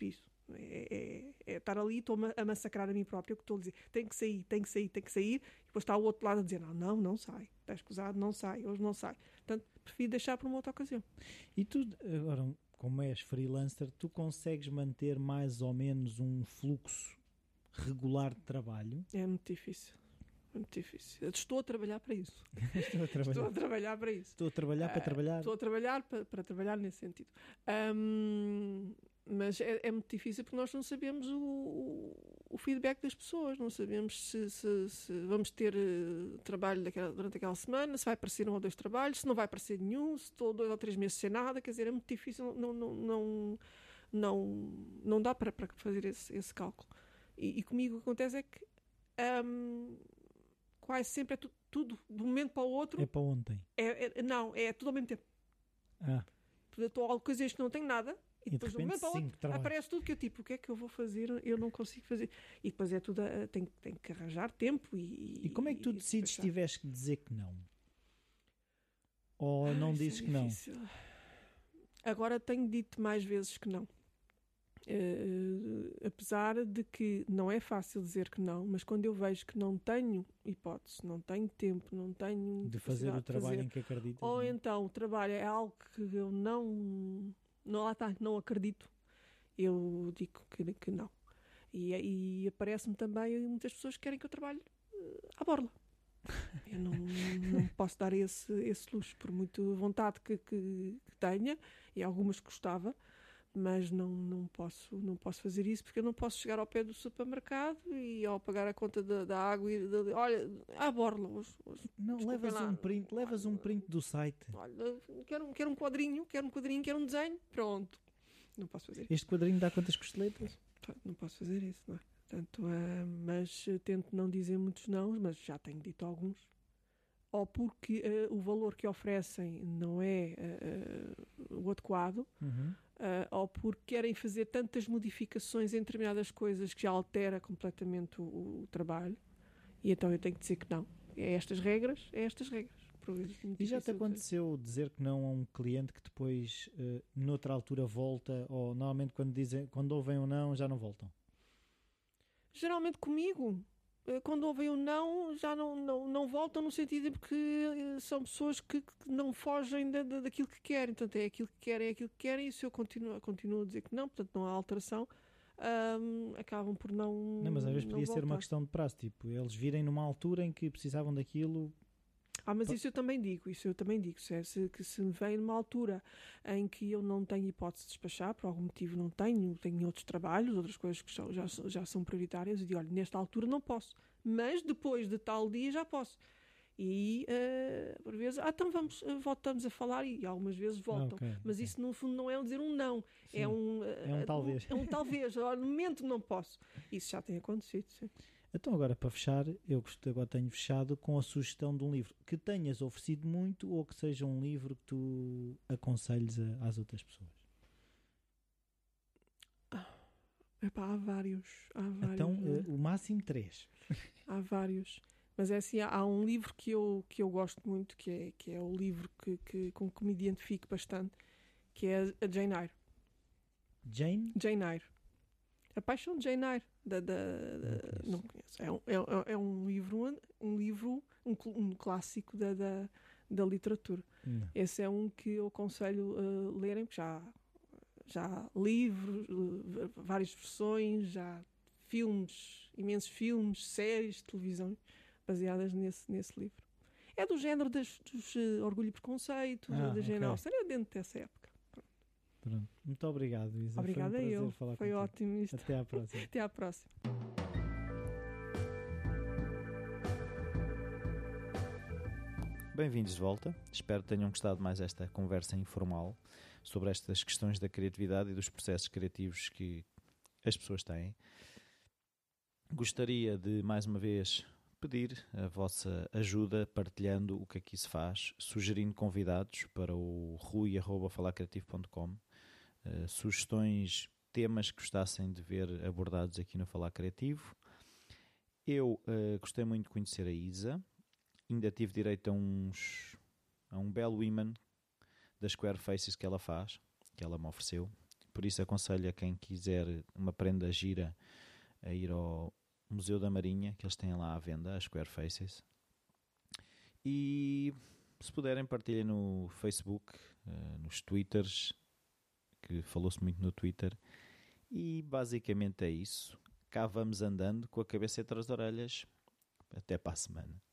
É, é, é estar ali, estou-me a massacrar a mim própria, que estou a dizer, tem que sair, tem que sair, tem que sair, e depois está o outro lado a dizer, não, não, não sai, está escusado, não sai, hoje não sai. Portanto, prefiro deixar para uma outra ocasião. E tu, agora, como és freelancer, tu consegues manter mais ou menos um fluxo regular de trabalho? É muito difícil. É muito difícil. Eu estou a trabalhar para isso. Estou a trabalhar, Estou a trabalhar para isso. Estou a trabalhar para Uh, trabalhar? Estou a trabalhar para, para trabalhar nesse sentido. Um, mas é, é muito difícil porque nós não sabemos o, o feedback das pessoas, não sabemos se, se, se vamos ter uh, trabalho daquela, durante aquela semana, se vai aparecer um ou dois trabalhos, se não vai aparecer nenhum, se estou dois ou três meses sem nada, quer dizer, é muito difícil, não, não, não, não, não dá para, para fazer esse, esse cálculo. E, e comigo o que acontece é que um, quase sempre é tu, tudo, de um momento para o outro. É para ontem? É, é, não, é tudo ao mesmo tempo. Ah. Estou a ocasiões que não tenho nada e, E depois de de um repente, momento para o outro trabalhos. aparece tudo que eu tipo, o que é que eu vou fazer? Eu não consigo fazer. E depois é tudo, a, tem, tem que arranjar tempo e... E como é que tu e decides se despachar. tiveres que dizer que não? Ou Ai, não isso é dizes que não? difícil. Agora tenho dito mais vezes que não. Uh, apesar de que não é fácil dizer que não, mas quando eu vejo que não tenho hipótese, não tenho tempo, não tenho De fazer o capacidade de trabalho fazer, em que acreditas? ou não? então o trabalho é algo que eu não, não lá está, não acredito, eu digo que, que não. E, e aparece-me também muitas pessoas que querem que eu trabalhe uh, à borla. Eu não, não posso dar esse, esse luxo, por muito vontade que, que, que tenha, e algumas que gostava, mas não, não, posso, não posso fazer isso porque eu não posso chegar ao pé do supermercado e ao pagar a conta da, da água e da, olha, à borla hoje, hoje. Não, Desculpem levas lá. um print, levas um print do site. Olha, quero, quero um quadrinho, quero um quadrinho, quero um desenho, pronto. Não posso fazer isso. Este quadrinho dá quantas costeletas? Não posso fazer isso, não é? Portanto, uh, mas tento não dizer muitos não, mas já tenho dito alguns. Ou porque uh, o valor que oferecem não é uh, uh, o adequado, Uhum. Uh, ou porque querem fazer tantas modificações em determinadas coisas que já altera completamente o, o trabalho, e então eu tenho que dizer que não. É estas regras, é estas regras. Por vezes, muito E já te difícil de- aconteceu dizer que não a um cliente que depois, uh, noutra altura, volta? Ou normalmente quando, dizem, quando ouvem um não, já não voltam? Geralmente comigo, uh, quando ouvem um não, já não, não, não voltam no sentido de que uh, são pessoas que, que não fogem da, da, daquilo que querem. Portanto, é aquilo que querem, é aquilo que querem, e se eu continuo, continuo a dizer que não, portanto não há alteração, um, acabam por não. Não, mas às vezes não podia ser uma voltar. questão de prazo. Tipo, eles virem numa altura em que precisavam daquilo. Ah, mas isso eu também digo, isso eu também digo, se, é, se, que se me vem numa altura em que eu não tenho hipótese de despachar, por algum motivo não tenho, tenho outros trabalhos, outras coisas que já, já, já são prioritárias, e digo, olha, nesta altura não posso, mas depois de tal dia já posso. E uh, por vezes, ah, então vamos, uh, voltamos a falar, e algumas vezes voltam. Ah, ok, Mas ok. isso no fundo não é um dizer um não, Sim, é um, uh, é um talvez. É um talvez, olha, no momento não posso. Isso já tem acontecido, sim. Então agora para fechar, eu gost- agora tenho fechado com a sugestão de um livro que tenhas oferecido muito ou que seja um livro que tu aconselhes a- às outras pessoas. Epá, há vários, há vários. Então, não é? eh, o máximo três. Há vários. Mas é assim, há, há um livro que eu, que eu gosto muito, que é, que é o livro que, que, com que me identifico bastante, que é a Jane Eyre. Jane? Jane Eyre. A Paixão de Jane Eyre. Da, da, da- Não conheço. não conheço. É um, é, é um livro, um, livro um, cl- um clássico da, da, da literatura. Não. Esse é um que eu aconselho a lerem, porque já, já há livros, eh, várias versões, já há filmes, imensos filmes, séries de televisão baseadas nesse, nesse livro. É do género das, dos eh, Orgulho e Preconceito, Ah, da Jane ok. Austen, é dentro dessa época. Pronto. Muito obrigado, Isa. Obrigada Foi um a prazer eu. falar Foi contigo. ótimo isto. Até à próxima. Até à próxima. Bem-vindos de volta. Espero que tenham gostado mais esta conversa informal sobre estas questões da criatividade e dos processos criativos que as pessoas têm. Gostaria de, mais uma vez, pedir a vossa ajuda partilhando o que aqui se faz, sugerindo convidados para o rui arroba falar criativo ponto com, uh, sugestões, temas que gostassem de ver abordados aqui no Falar Criativo. Eu uh, gostei muito de conhecer a Isa. Ainda tive direito a, uns, a um belo imã das Square Faces que ela faz, que ela me ofereceu. por isso aconselho a quem quiser uma prenda gira a ir ao Museu da Marinha, que eles têm lá à venda, a Square Faces. E se puderem, partilhem no Facebook, nos Twitters, que falou-se muito no Twitter. E basicamente é isso. Cá vamos andando com a cabeça entre as orelhas. Até para a semana.